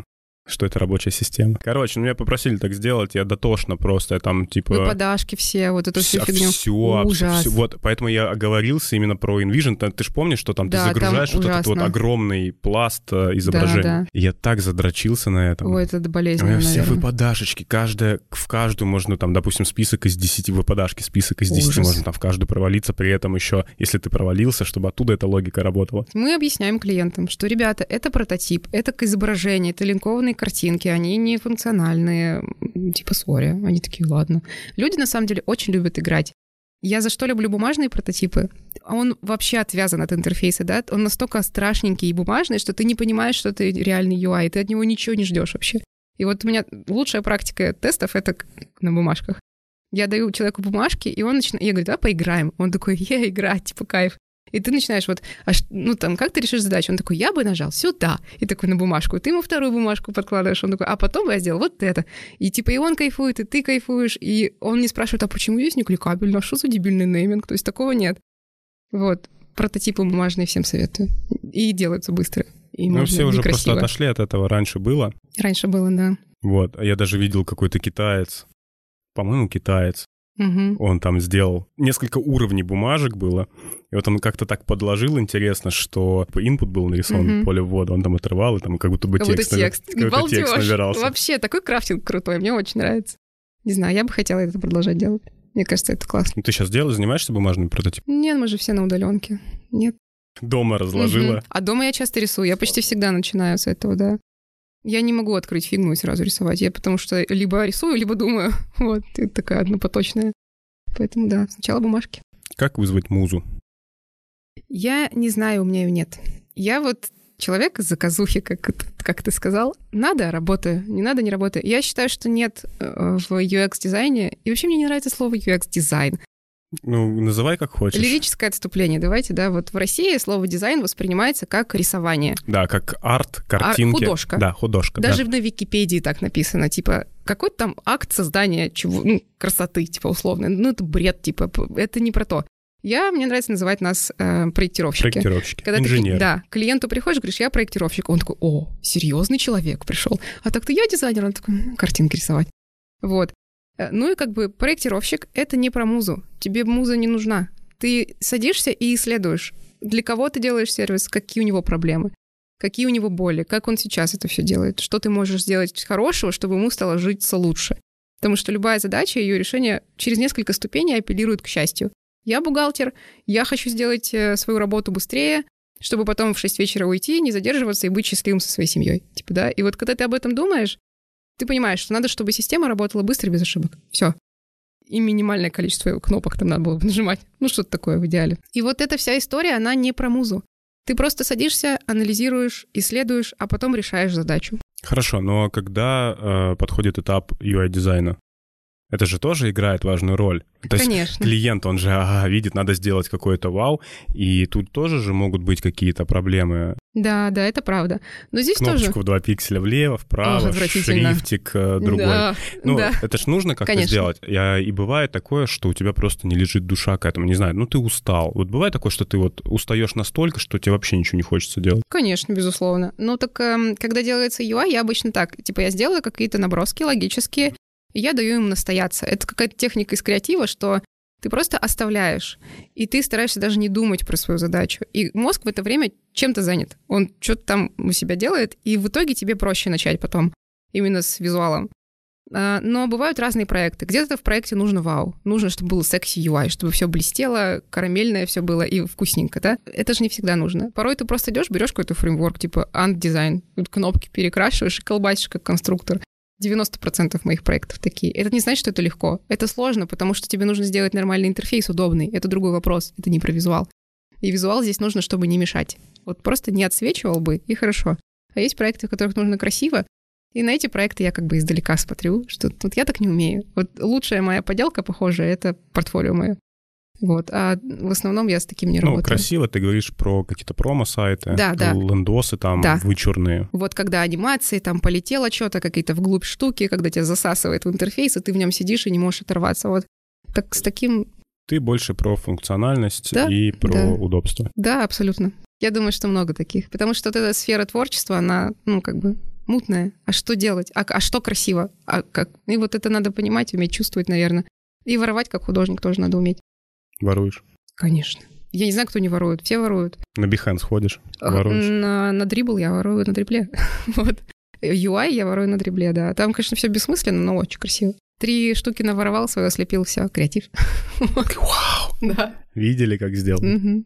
Что это рабочая система. Короче, меня попросили так сделать, я дотошно просто, я там типа... Выпадашки все, вот эту всю фигню. Все. Вот, поэтому я оговорился именно про InVision. Ты же помнишь, что там ты загружаешь вот этот вот огромный пласт изображения. Да. И я так задрочился на этом. Ой, это болезненно, наверное. Все выпадашечки, в каждую можно там, допустим, список из 10 выпадашки, список из 10 можно там в каждую провалиться, при этом еще, если ты провалился, чтобы оттуда эта логика работала. Мы объясняем клиентам, что, ребята, это прототип, это к изображению, это линкованные картинки, они не функциональные, типа сори. Они такие, ладно. Люди, на самом деле, очень любят играть. Я за что люблю бумажные прототипы? Он вообще отвязан от интерфейса, да? Он настолько страшненький и бумажный, что ты не понимаешь, что это реальный UI, ты от него ничего не ждешь вообще. И вот у меня лучшая практика тестов — это на бумажках. Я даю человеку бумажки, и он начинает... Я говорю, давай поиграем. Он такой, играть, типа кайф. И ты начинаешь вот, как ты решишь задачу? Он такой, я бы нажал сюда. И такой на бумажку. Ты ему вторую бумажку подкладываешь. Он такой, а потом я сделал вот это. И типа и он кайфует, и ты кайфуешь. И он не спрашивает, а почему здесь не кликабельно? Что за дебильный нейминг? То есть такого нет. Вот. Прототипы бумажные всем советую. И делаются быстро. И все уже просто отошли от этого. Раньше было. Раньше было, да. Вот. А я даже видел какой-то китаец. По-моему, китаец. Угу. Он там сделал несколько уровней бумажек было, и вот он как-то так подложил, интересно, что input был нарисован, поле ввода, он там отрывал, и там как будто бы текст набирался. Вообще, такой крафтинг крутой, мне очень нравится. Не знаю, я бы хотела это продолжать делать. Мне кажется, это классно. Ты сейчас занимаешься бумажными прототипами? Нет, мы же все на удаленке. Нет. Дома разложила? А дома я часто рисую, я почти всегда начинаю с этого, да. Я не могу открыть фигму и сразу рисовать. Я потому что либо рисую, либо думаю. Вот, это такая однопоточная. Поэтому да, сначала бумажки. Как вызвать музу? Я не знаю, у меня ее нет. Я вот человек из заказухи, как ты сказал. Надо — работаю, не надо — не работаю. Я считаю, что нет в UX-дизайне. И вообще мне не нравится слово UX-дизайн. Называй как хочешь. Лирическое отступление, давайте, да. Вот в России слово «дизайн» воспринимается как рисование. Да, как арт, картинки. Художка. Да, художка. Даже на Википедии так написано, типа, какой-то там акт создания чего, красоты, типа, условно. Это бред, типа, это не про то. Мне нравится называть нас проектировщики. Проектировщики, когда инженеры. Да, к клиенту приходишь, говоришь, я проектировщик. Он такой, серьезный человек пришел. А так-то я дизайнер. Он такой, картинки рисовать. Вот. И как бы проектировщик — это не про музу. Тебе муза не нужна. Ты садишься и исследуешь, для кого ты делаешь сервис, какие у него проблемы, какие у него боли, как он сейчас это все делает, что ты можешь сделать хорошего, чтобы ему стало житься лучше. Потому что любая задача, ее решение через несколько ступеней апеллирует к счастью. Я бухгалтер, я хочу сделать свою работу быстрее, чтобы потом в 6 вечера уйти, не задерживаться и быть счастливым со своей семьей. Типа, да? И вот когда ты об этом думаешь, ты понимаешь, что надо, чтобы система работала быстро и без ошибок. Все. И минимальное количество кнопок там надо было бы нажимать. Что-то такое в идеале. И вот эта вся история, она не про музу. Ты просто садишься, анализируешь, исследуешь, а потом решаешь задачу. Хорошо, но когда подходит этап UI-дизайна, это же тоже играет важную роль. То Конечно. есть клиент, он же видит, надо сделать какой-то вау, и тут тоже же могут быть какие-то проблемы. Да, это правда. Но здесь кнопочку тоже... в 2 пикселя влево, вправо, шрифтик другой. Да. Это ж нужно как-то сделать. И бывает такое, что у тебя просто не лежит душа к этому. Не знаю, ты устал. Вот бывает такое, что ты вот устаешь настолько, что тебе вообще ничего не хочется делать? Конечно, безусловно. Когда делается UI, я обычно так. Типа я сделаю какие-то наброски логические, и я даю им настояться. Это какая-то техника из креатива, что ты просто оставляешь, и ты стараешься даже не думать про свою задачу. И мозг в это время чем-то занят. Он что-то там у себя делает, и в итоге тебе проще начать потом, именно с визуалом. Но бывают разные проекты. Где-то в проекте нужно вау. Нужно, чтобы было секси UI, чтобы все блестело, карамельное все было и вкусненько, да? Это же не всегда нужно. Порой ты просто идешь, берешь какой-то фреймворк, типа Ant-дизайн, кнопки перекрашиваешь и колбасишь как конструктор. 90% моих проектов такие. Это не значит, что это легко. Это сложно, потому что тебе нужно сделать нормальный интерфейс, удобный. Это другой вопрос. Это не про визуал. И визуал здесь нужно, чтобы не мешать. Вот просто не отсвечивал бы, и хорошо. А есть проекты, в которых нужно красиво, и на эти проекты я как бы издалека смотрю, что тут я так не умею. Вот лучшая моя поделка, похожая, это портфолио мое. Вот. А в основном я с таким не работаю. Красиво ты говоришь про какие-то промо-сайты, да. лендосы там вычурные. Вот когда анимации, там полетело что-то, какие-то вглубь штуки, когда тебя засасывает в интерфейс, и ты в нем сидишь и не можешь оторваться. Вот так с таким... Ты больше про функциональность и про удобство. Да, абсолютно. Я думаю, что много таких. Потому что вот эта сфера творчества, она, мутное. А что делать? А что красиво? А как? И вот это надо понимать, уметь чувствовать, наверное. И воровать как художник тоже надо уметь. Воруешь? Конечно. Я не знаю, кто не ворует. Все воруют. На Behance ходишь? Воруешь? На дрибл я ворую на дрибле. Вот. UI я ворую на дрибле, да. Там, конечно, все бессмысленно, но очень красиво. 3 штуки наворовал, свое слепил, все, креатив. Вау! Да. Видели, как сделано?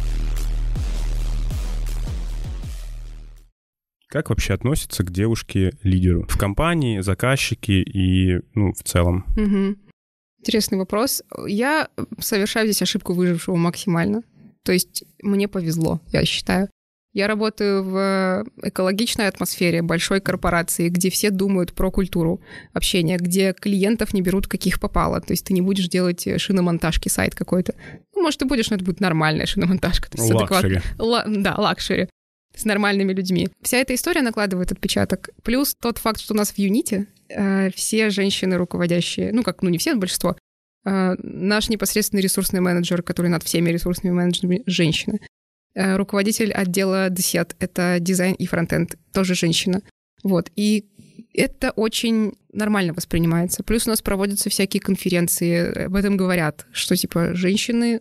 Как вообще относится к девушке-лидеру? В компании, заказчики и, в целом? Интересный вопрос. Я совершаю здесь ошибку выжившего максимально. То есть мне повезло, я считаю. Я работаю в экологичной атмосфере большой корпорации, где все думают про культуру общения, где клиентов не берут каких попало. То есть ты не будешь делать шиномонтажки сайт какой-то. Может, ты будешь, но это будет нормальная шиномонтажка. Лакшери. Да, лакшери. С нормальными людьми. Вся эта история накладывает отпечаток. Плюс тот факт, что у нас в Unity все женщины руководящие, не все, большинство, наш непосредственный ресурсный менеджер, который над всеми ресурсными менеджерами, женщина. Руководитель отдела DSET — это дизайн и фронтенд, тоже женщина. Вот. И это очень нормально воспринимается. Плюс у нас проводятся всякие конференции, об этом говорят, что, женщины...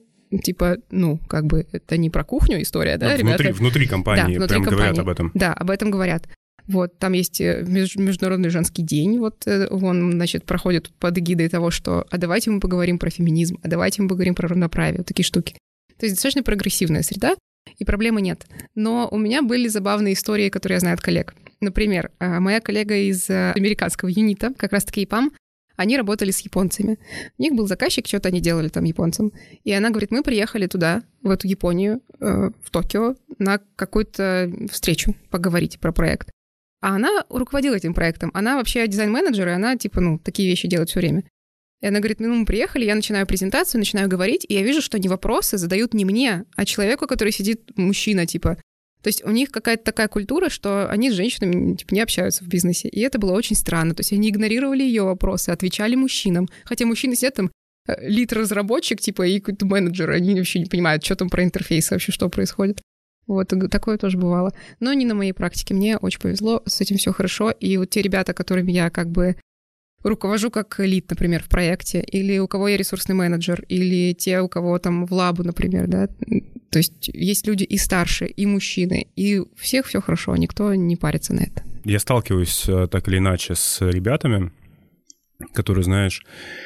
это не про кухню история, да, ребята? Внутри компании, да, говорят об этом. Да, об этом говорят. Вот, там есть Международный женский день, он, проходит под эгидой того, что «а давайте мы поговорим про феминизм», «а давайте мы поговорим про равноправие», вот такие штуки. То есть достаточно прогрессивная среда, и проблемы нет. Но у меня были забавные истории, которые я знаю от коллег. Например, моя коллега из американского юнита, как раз-таки EPAM, они работали с японцами. У них был заказчик, что-то они делали там японцам. И она говорит, мы приехали туда, в эту Японию, в Токио, на какую-то встречу поговорить про проект. А она руководила этим проектом. Она вообще дизайн-менеджер, и она, такие вещи делает все время. И она говорит, мы приехали, я начинаю презентацию, начинаю говорить, и я вижу, что они вопросы задают не мне, а человеку, который сидит, мужчина, То есть у них какая-то такая культура, что они с женщинами не общаются в бизнесе. И это было очень странно. То есть они игнорировали ее вопросы, отвечали мужчинам. Хотя мужчины сидят там, лид-разработчик, и какой-то менеджер, они вообще не понимают, что там про интерфейс вообще, что происходит. Вот, такое тоже бывало. Но не на моей практике. Мне очень повезло, с этим все хорошо. И вот те ребята, которыми я руковожу как лид, например, в проекте, или у кого я ресурсный менеджер, или те, у кого там в лабу, например, да, то есть есть люди и старше, и мужчины, и у всех все хорошо, никто не парится на это. Я сталкиваюсь так или иначе с ребятами, которые, знаешь,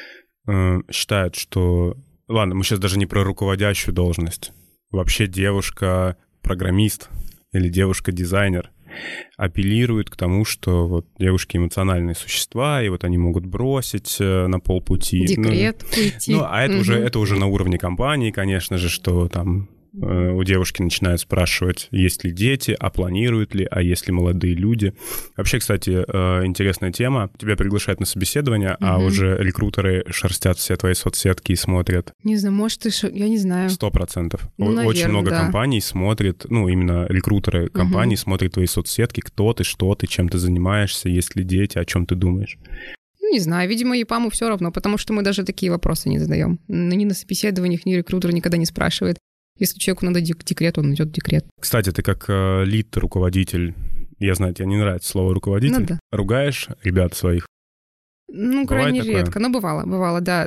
считают, что... Ладно, мы сейчас даже не про руководящую должность. Вообще девушка-программист или девушка-дизайнер апеллируют к тому, что девушки эмоциональные существа, и они могут бросить на полпути. Декрет уйти. Это уже на уровне компании, конечно же, что там у девушки начинают спрашивать, есть ли дети, а планируют ли, а есть ли молодые люди. Вообще, кстати, интересная тема. Тебя приглашают на собеседование, а уже рекрутеры шерстят все твои соцсетки и смотрят. Не знаю, может, я не знаю. 100%. Очень много компаний смотрит, именно рекрутеры компаний смотрят твои соцсетки, кто ты, что ты, чем ты занимаешься, есть ли дети, о чем ты думаешь. Не знаю, видимо, EPAM все равно, потому что мы даже такие вопросы не задаем. Ни на собеседованиях, ни рекрутер никогда не спрашивает. Если человеку надо декрет, он идет в декрет. Кстати, ты как лид-руководитель, я знаю, тебе не нравится слово «руководитель», да. Ругаешь ребят своих? Крайне редко, но бывало, да.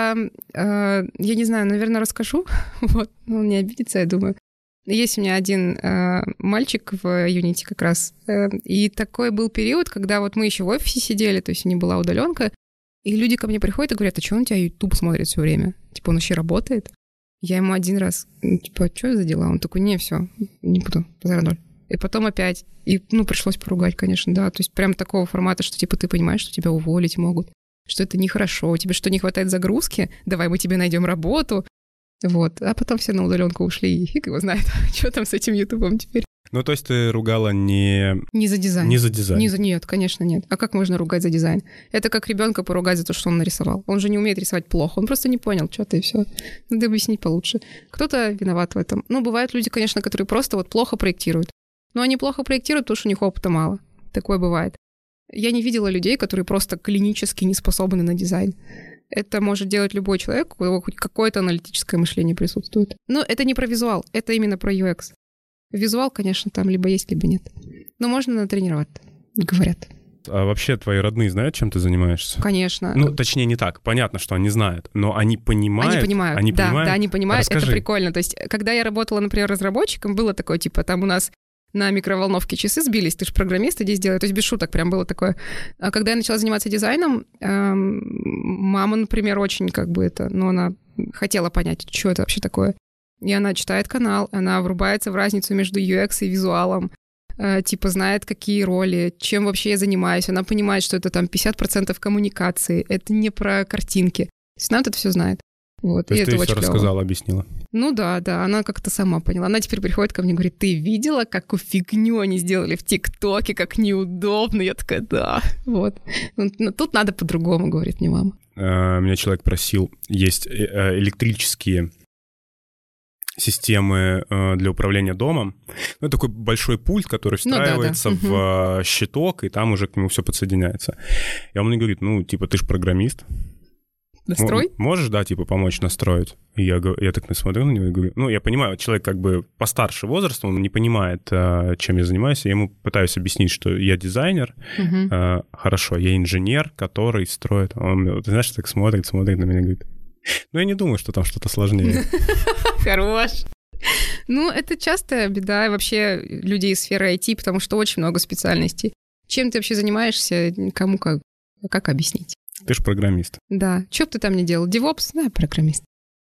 Я не знаю, наверное, расскажу, он не обидится, я думаю. Есть у меня один мальчик в Unity как раз, и такой был период, когда мы еще в офисе сидели, то есть не была удаленка, и люди ко мне приходят и говорят, а что он у тебя YouTube смотрит все время? Он еще работает? Я ему один раз, что за дела? Он такой, не, все, не буду, позор ноль. И потом опять. И, пришлось поругать, конечно, да. То есть прям такого формата, что, ты понимаешь, что тебя уволить могут, что это нехорошо, тебе что, не хватает загрузки? Давай мы тебе найдем работу. Вот. А потом все на удаленку ушли, и фиг его знает, что там с этим Ютубом теперь. То есть ты ругала не за дизайн. Не за дизайн. Нет, конечно, нет. А как можно ругать за дизайн? Это как ребенка поругать за то, что он нарисовал. Он же не умеет рисовать плохо, он просто не понял что-то, и все. Надо объяснить получше. Кто-то виноват в этом. Бывают люди, конечно, которые просто плохо проектируют. Но они плохо проектируют, потому что у них опыта мало. Такое бывает. Я не видела людей, которые просто клинически не способны на дизайн. Это может делать любой человек, у кого хоть какое-то аналитическое мышление присутствует. Но это не про визуал, это именно про UX. Визуал, конечно, там либо есть, либо нет. Но можно натренировать. говорят. А вообще твои родные знают, чем ты занимаешься? Конечно. Ну, точнее, не так. Понятно, что они знают, но они понимают. Они понимают. Да, они понимают. Расскажи. Это прикольно. То есть, когда я работала, например, разработчиком, было такое, типа, там у нас на микроволновке часы сбились, ты же программист, иди сделай. То есть без шуток прям было такое. А когда я начала заниматься дизайном, мама, например, очень она хотела понять, что это вообще такое. И она читает канал, она врубается в разницу между UX и визуалом, типа знает, какие роли, чем вообще я занимаюсь. Она понимает, что это там 50% коммуникации, это не про картинки. То есть она это все знает. Вот, то есть и ты это все очень клево. рассказала, объяснила? Ну да, она как-то сама поняла. Она теперь приходит ко мне и говорит, ты видела, какую фигню они сделали в ТикТоке, как неудобно? Я такая, да, вот. Но тут надо по-другому, говорит мне мама. Меня человек просил, есть электрические системы для управления домом. Ну, такой большой пульт, который встраивается в щиток, и там уже к нему все подсоединяется. И он мне говорит, ты же программист. Настрой? Можешь, помочь настроить? И я так смотрю на него и говорю, я понимаю, человек как бы постарше возраста, он не понимает, чем я занимаюсь, я ему пытаюсь объяснить, что я дизайнер, хорошо, я инженер, который строит. Он, ты знаешь, так смотрит на меня и говорит, я не думаю, что там что-то сложнее. Хорош. Это частая беда вообще людей из сферы IT, потому что очень много специальностей. Чем ты вообще занимаешься, кому как объяснить? Ты же программист. Да. Что бы ты там ни делал? DevOps? Да, программист.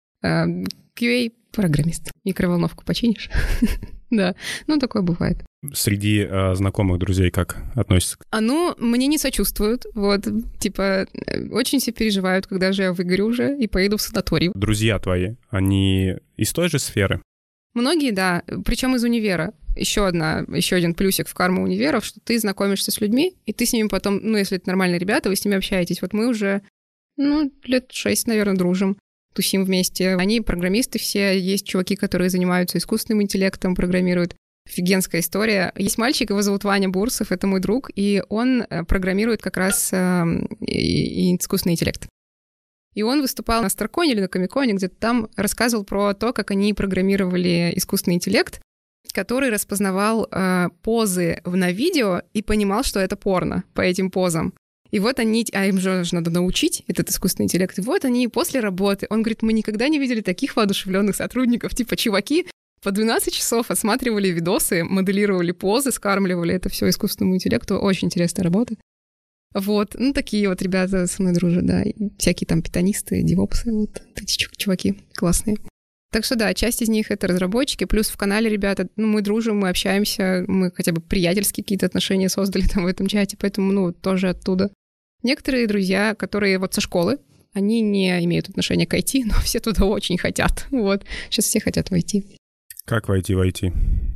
QA? Программист. Микроволновку починишь? Да. Такое бывает. Среди знакомых, друзей как относятся? Мне не сочувствуют. Вот, очень все переживают, когда же я выгорю уже и поеду в санаторий. Друзья твои, они из той же сферы? Многие, да. Причем из универа. Еще один плюсик в карму универов, что ты знакомишься с людьми, и ты с ними потом, если это нормальные ребята, вы с ними общаетесь. Вот мы уже, лет 6, наверное, дружим, тусим вместе. Они программисты все, есть чуваки, которые занимаются искусственным интеллектом, программируют. Офигенская история. Есть мальчик, его зовут Ваня Бурсов, это мой друг, и он программирует как раз искусственный интеллект. И он выступал на Старконе или на Комиконе, где-то там рассказывал про то, как они программировали искусственный интеллект, который распознавал позы на видео и понимал, что это порно по этим позам. И вот им же надо научить этот искусственный интеллект. И вот они после работы, он говорит, мы никогда не видели таких воодушевленных сотрудников, чуваки по 12 часов осматривали видосы, моделировали позы, скармливали это все искусственному интеллекту. Очень интересная работа. Вот, такие вот ребята со мной дружат, да. И всякие там питонисты, девопсы, вот эти чуваки классные. Так что да, часть из них — это разработчики, плюс в канале ребята, мы дружим, мы общаемся, мы хотя бы приятельские какие-то отношения создали там в этом чате, поэтому, тоже оттуда. Некоторые друзья, которые вот со школы, они не имеют отношения к IT, но все туда очень хотят, вот. Сейчас все хотят войти. Как войти в IT?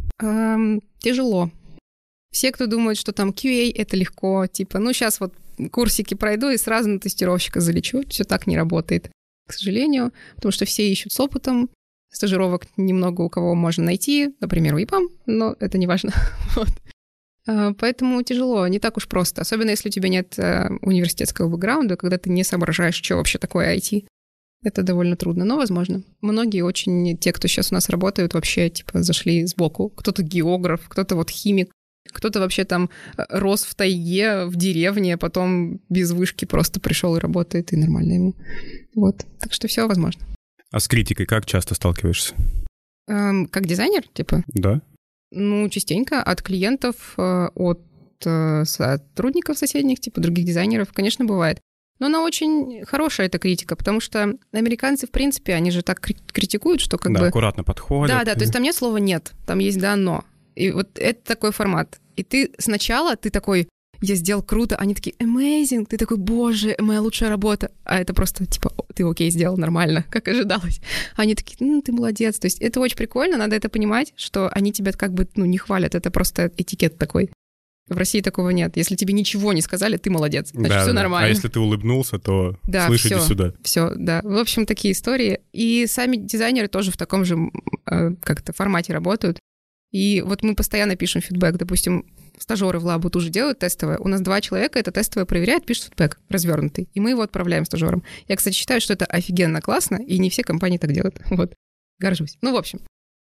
Тяжело. Все, кто думает, что там QA — это легко, сейчас вот курсики пройду и сразу на тестировщика залечу, все так не работает, к сожалению, потому что все ищут с опытом. Стажировок немного у кого можно найти, например, у ИПАМ, но это не важно. Вот. Поэтому тяжело, не так уж просто. Особенно, если у тебя нет университетского бэкграунда, когда ты не соображаешь, что вообще такое IT. Это довольно трудно, но возможно. Многие очень, те, кто сейчас у нас работают, вообще зашли сбоку. Кто-то географ, кто-то вот химик, кто-то вообще там рос в тайге, в деревне, потом без вышки просто пришел и работает, и нормально ему. Вот. Так что все возможно. А с критикой как часто сталкиваешься? Как дизайнер, Да. Частенько от клиентов, от сотрудников соседних, других дизайнеров, конечно, бывает. Но она очень хорошая, эта критика, потому что американцы, в принципе, они же так критикуют, что Да, аккуратно подходят. Да, то есть там нет слова «нет», там есть «да», «но». И вот это такой формат. И ты сначала, такой, я сделал круто, они такие, amazing, ты такой, боже, моя лучшая работа. А это просто, ты окей, сделал нормально, как ожидалось. Они такие, ты молодец. То есть это очень прикольно, надо это понимать, что они тебя не хвалят, это просто этикет такой. В России такого нет. Если тебе ничего не сказали, ты молодец, значит, все нормально. А если ты улыбнулся, то слышите сюда. Все, да. В общем, такие истории. И сами дизайнеры тоже в таком же формате работают. И вот мы постоянно пишем фидбэк. Допустим, стажеры в лабу тоже делают тестовое. У нас 2 человека это тестовое проверяют, пишут фидбэк развернутый. И мы его отправляем стажерам. Я, кстати, считаю, что это офигенно классно, и не все компании так делают. Вот. Горжусь. В общем.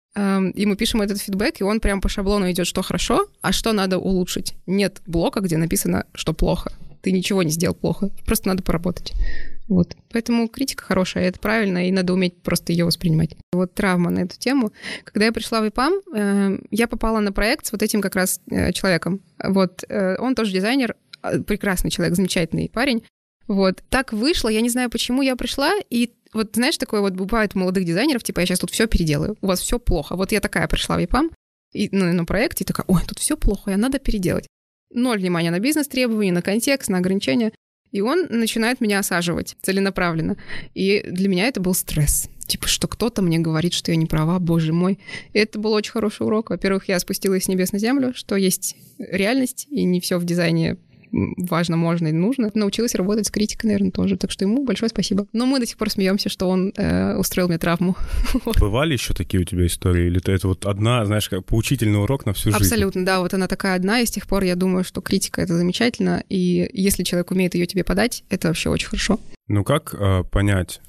и мы пишем этот фидбэк, и он прям по шаблону идет, что хорошо, а что надо улучшить. Нет блока, где написано, что плохо. Ты ничего не сделал плохо, просто надо поработать. Вот. Поэтому критика хорошая, это правильно, и надо уметь просто ее воспринимать. Вот травма на эту тему. Когда я пришла в EPAM, я попала на проект с вот этим как раз человеком. Вот. Он тоже дизайнер, прекрасный человек, замечательный парень. Вот. Так вышло, я не знаю, почему я пришла, и вот знаешь, такое вот бывает у молодых дизайнеров, типа, я сейчас тут все переделаю, у вас все плохо. Вот я такая пришла в EPAM на проекте, и такая, ой, тут все плохо, надо переделать. 0 внимания на бизнес-требования, на контекст, на ограничения. И он начинает меня осаживать целенаправленно. И для меня это был стресс. Типа, что кто-то мне говорит, что я не права, боже мой. И это был очень хороший урок. Во-первых, я спустилась с небес на землю, что есть реальность, и не все в дизайне важно, можно и нужно. Научилась работать с критикой, наверное, тоже. Так что ему большое спасибо. Но мы до сих пор смеемся, что он устроил мне травму. Бывали еще такие у тебя истории? Или это вот одна, знаешь, как поучительный урок на всю жизнь? Абсолютно, да. Вот она такая одна, и с тех пор я думаю, что критика — это замечательно. И если человек умеет ее тебе подать, это вообще очень хорошо. Ну как понять,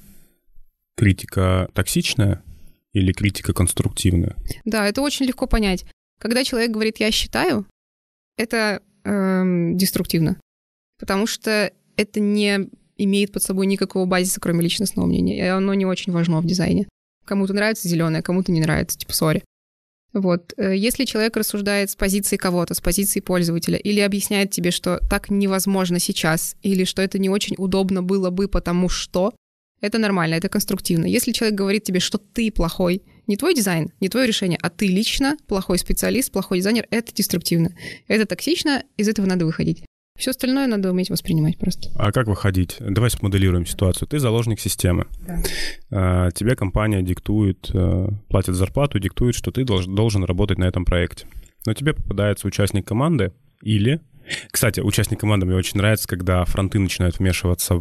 критика токсичная или критика конструктивная? Да, это очень легко понять. Когда человек говорит «я считаю», это деструктивно, потому что это не имеет под собой никакого базиса, кроме личностного мнения, и оно не очень важно в дизайне. Кому-то нравится зеленое, кому-то не нравится, типа сори. Вот. Если человек рассуждает с позиции кого-то, с позиции пользователя, или объясняет тебе, что так невозможно сейчас, или что это не очень удобно было бы, потому что, это нормально, это конструктивно. Если человек говорит тебе, что ты плохой, не твой дизайн, не твое решение, а ты лично плохой специалист, плохой дизайнер, это деструктивно. Это токсично, из этого надо выходить. Все остальное надо уметь воспринимать просто. А как выходить? Давай смоделируем ситуацию. Ты заложник системы. Да. Тебе компания диктует, платит зарплату, диктует, что ты должен работать на этом проекте. Но тебе попадается участник команды или... Кстати, участник команды мне очень нравится, когда фронты начинают вмешиваться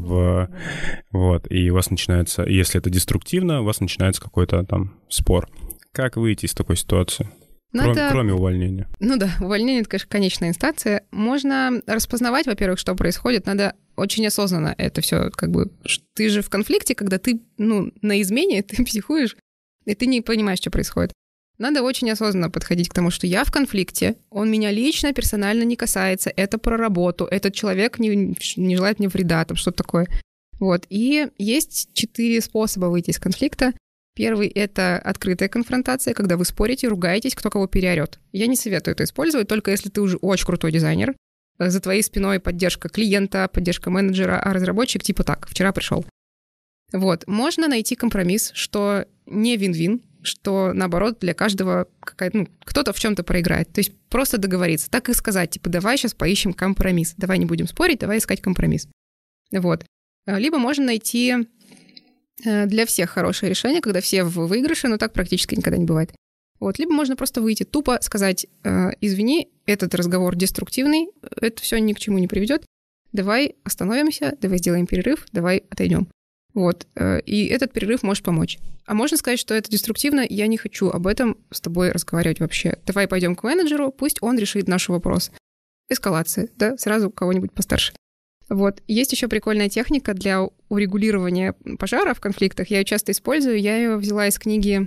Вот, и у вас начинается... Если это деструктивно, у вас начинается какой-то там спор. Как выйти из такой ситуации? Кроме увольнения. Ну да, увольнение — это, конечно, конечная инстанция. Можно распознавать, во-первых, что происходит. Надо очень осознанно это все как бы... Ты же в конфликте, когда ты, на измене, ты психуешь, и ты не понимаешь, что происходит. Надо очень осознанно подходить к тому, что я в конфликте, он меня лично, персонально не касается, это про работу, этот человек не желает мне вреда, там что-то такое. Вот. И есть 4 способа выйти из конфликта. Первый — это открытая конфронтация, когда вы спорите, ругаетесь, кто кого переорет. Я не советую это использовать, только если ты уже очень крутой дизайнер, за твоей спиной поддержка клиента, поддержка менеджера, а разработчик типа так, вчера пришел. Вот. Можно найти компромисс, что не вин-вин, что, наоборот, для каждого кто-то в чем-то проиграет. То есть просто договориться, так и сказать, типа, давай сейчас поищем компромисс, давай не будем спорить, давай искать компромисс. Вот. Либо можно найти для всех хорошее решение, когда все в выигрыше, но так практически никогда не бывает. Вот. Либо можно просто выйти тупо, сказать, извини, этот разговор деструктивный, это все ни к чему не приведет, давай остановимся, давай сделаем перерыв, давай отойдем. Вот. И этот перерыв может помочь. А можно сказать, что это деструктивно, я не хочу об этом с тобой разговаривать вообще. Давай пойдем к менеджеру, пусть он решит наш вопрос. Эскалация, да, сразу кого-нибудь постарше. Вот. Есть еще прикольная техника для урегулирования пожара в конфликтах. Я ее часто использую. Я ее взяла из книги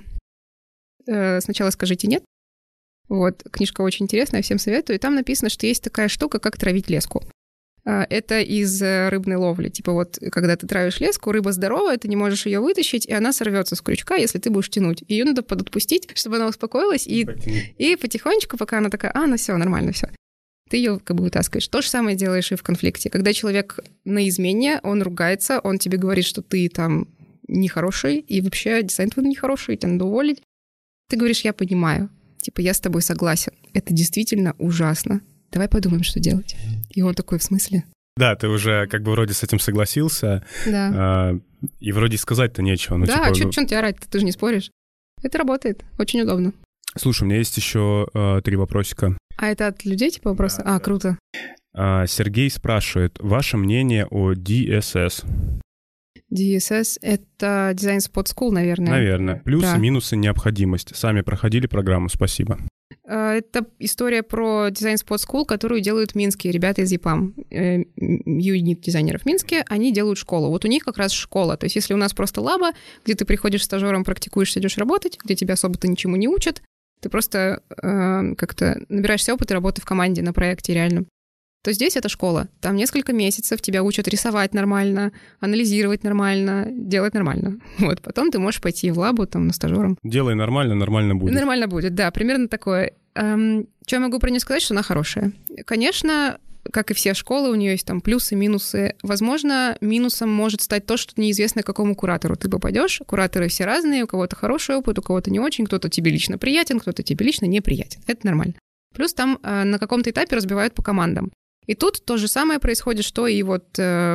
«Сначала скажите нет». Вот. Книжка очень интересная, всем советую. И там написано, что есть такая штука, как травить леску. Это из рыбной ловли. Типа вот, когда ты травишь леску, рыба здоровая, ты не можешь ее вытащить, и она сорвется с крючка, если ты будешь тянуть. Ее надо подотпустить, чтобы она успокоилась, и потихонечку, пока она такая, все, нормально, все. Ты ее как бы вытаскиваешь. То же самое делаешь и в конфликте. Когда человек на измене, он ругается, он тебе говорит, что ты там нехороший, и вообще дизайн твой нехороший, тебя надо уволить. Ты говоришь, я понимаю. Типа, я с тобой согласен. Это действительно ужасно. Давай подумаем, что делать. И он такой, в смысле? Да, ты уже как бы вроде с этим согласился, да. И вроде сказать-то нечего. Да, типа, что на тебя орать? Ты же не споришь. Это работает, очень удобно. Слушай, у меня есть еще 3 вопросика. А это от людей типа вопросы? Да, круто. Сергей спрашивает, ваше мнение о DSS? DSS — это Design Spot School, наверное. Наверное. Плюсы, Да. минусы, необходимость. Сами проходили программу, спасибо. Это история про Design Spot School, которую делают минские ребята из EPAM. Юнит-дизайнеров в Минске, они делают школу. Вот у них как раз школа. То есть если у нас просто лаба, где ты приходишь стажером, практикуешься, идешь работать, где тебя особо-то ничему не учат, ты просто как-то набираешься опыта работы в команде на проекте реально, то здесь это школа. Там несколько месяцев тебя учат рисовать нормально, анализировать нормально, делать нормально. Вот. Потом ты можешь пойти в лабу там, на стажером. Делай нормально, нормально будет. Нормально будет, да, примерно такое. Что я могу про нее сказать, что она хорошая. Конечно, как и все школы, у нее есть там плюсы, минусы. Возможно, минусом может стать то, что неизвестно, к какому куратору ты попадешь. Кураторы все разные, у кого-то хороший опыт, у кого-то не очень, кто-то тебе лично приятен, кто-то тебе лично неприятен. Это нормально. Плюс там на каком-то этапе разбивают по командам. И тут то же самое происходит, что и вот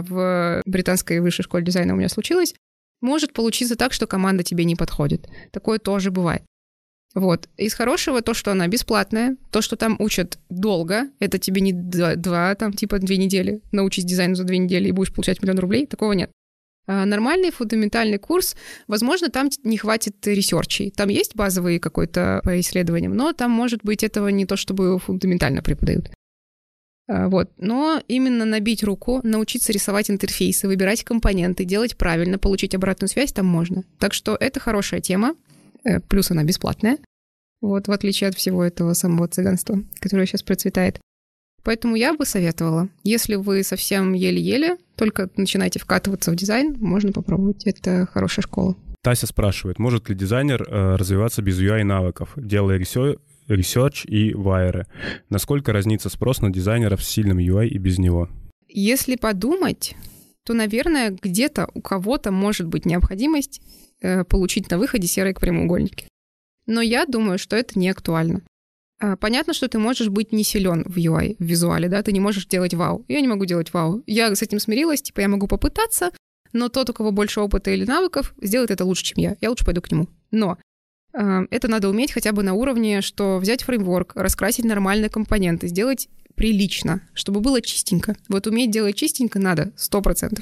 в британской высшей школе дизайна у меня случилось. Может получиться так, что команда тебе не подходит. Такое тоже бывает. Вот. Из хорошего то, что она бесплатная, то, что там учат долго, это тебе не 2 недели, научись дизайну за 2 недели и будешь получать 1 000 000 рублей, такого нет. Нормальный фундаментальный курс, возможно, там не хватит ресерчей. Там есть базовый какой-то по исследованиям, но там, может быть, этого не то, чтобы фундаментально преподают. Вот. Но именно набить руку, научиться рисовать интерфейсы, выбирать компоненты, делать правильно, получить обратную связь там можно. Так что это хорошая тема, плюс она бесплатная, вот, в отличие от всего этого самого цыганства, которое сейчас процветает. Поэтому я бы советовала, если вы совсем еле-еле, только начинаете вкатываться в дизайн, можно попробовать. Это хорошая школа. Тася спрашивает, может ли дизайнер развиваться без UI-навыков, делая ресерч и вайеры? Насколько разнится спрос на дизайнеров с сильным UI и без него? Если подумать, то, наверное, где-то у кого-то может быть необходимость получить на выходе серые прямоугольники. Но я думаю, что это не актуально. Понятно, что ты можешь быть не силен в UI, в визуале, да, ты не можешь делать вау. Я не могу делать вау. Я с этим смирилась, типа я могу попытаться, но тот, у кого больше опыта или навыков, сделает это лучше, чем я. Я лучше пойду к нему. Но это надо уметь хотя бы на уровне, что взять фреймворк, раскрасить нормальные компоненты, сделать прилично, чтобы было чистенько. Вот уметь делать чистенько надо 100%.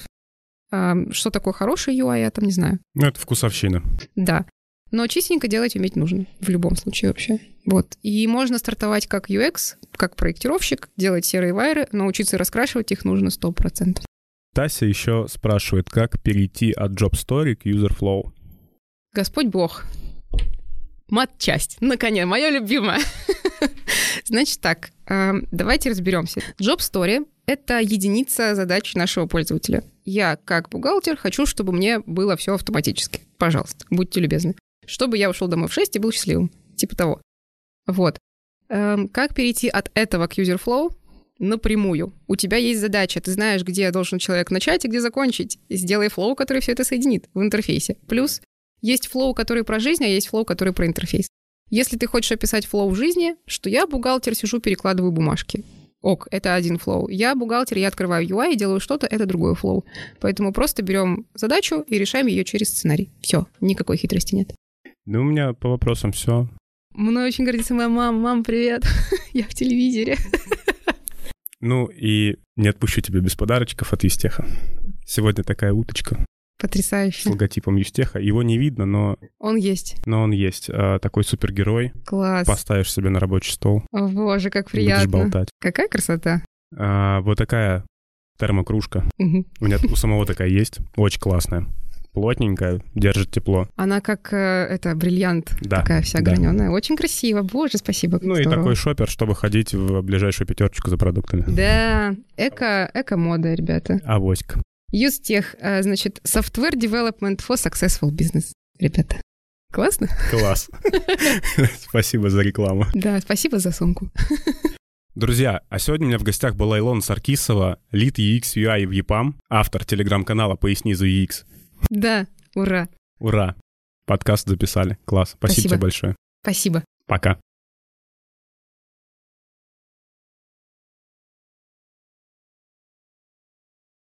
Что такое хороший UI, я там не знаю. Ну, это вкусовщина. Да. Но чистенько делать уметь нужно. В любом случае вообще. Вот. И можно стартовать как UX, как проектировщик, делать серые вайры, научиться раскрашивать их нужно 100%. Тася еще спрашивает, как перейти от Job Story к User Flow. Господь Бог. Матчасть. Наконец, моя любимая. Значит так, давайте разберемся. Job Story — это единица задач нашего пользователя. Я, как бухгалтер, хочу, чтобы мне было все автоматически. Пожалуйста, будьте любезны. Чтобы я ушел домой в 6 и был счастливым. Типа того. Вот. Как перейти от этого к User Flow? Напрямую. У тебя есть задача, ты знаешь, где должен человек начать и где закончить. Сделай флоу, который все это соединит в интерфейсе. Плюс есть флоу, который про жизнь, а есть флоу, который про интерфейс. Если ты хочешь описать флоу в жизни, что я, бухгалтер, сижу, перекладываю бумажки. Ок, это один флоу. Я бухгалтер, я открываю UI и делаю что-то, это другой флоу. Поэтому просто берем задачу и решаем ее через сценарий. Все, никакой хитрости нет. Ну, у меня по вопросам все. Мной очень гордится моя мама. Мам, привет. Я в телевизоре. Ну и не отпущу тебя без подарочков от Юстеха. Сегодня такая уточка. Потрясающе. С логотипом Юстеха. Его не видно, но... Он есть. Но он есть. Такой супергерой. Класс. Поставишь себе на рабочий стол. О, боже, как приятно. Будешь болтать. Какая красота. Вот такая термокружка. Угу. У меня у самого такая есть. Очень классная. Плотненькая, держит тепло. Она как бриллиант, да, такая вся да. граненая. Очень красиво. Боже, спасибо. Ну здорово. И такой шопер, чтобы ходить в ближайшую пятерочку за продуктами. Да, эко-мода, ребята. Авоська. Юстех, значит, Software Development for Successful Business. Ребята, классно? Класс. Спасибо за рекламу. Да, спасибо за сумку. Друзья, а сегодня у меня в гостях была Илона Саркисова, лид UX UI в EPAM, автор телеграм-канала «Поясни за UX». Да, ура. Ура. Подкаст записали. Класс. Спасибо тебе большое. Спасибо. Пока.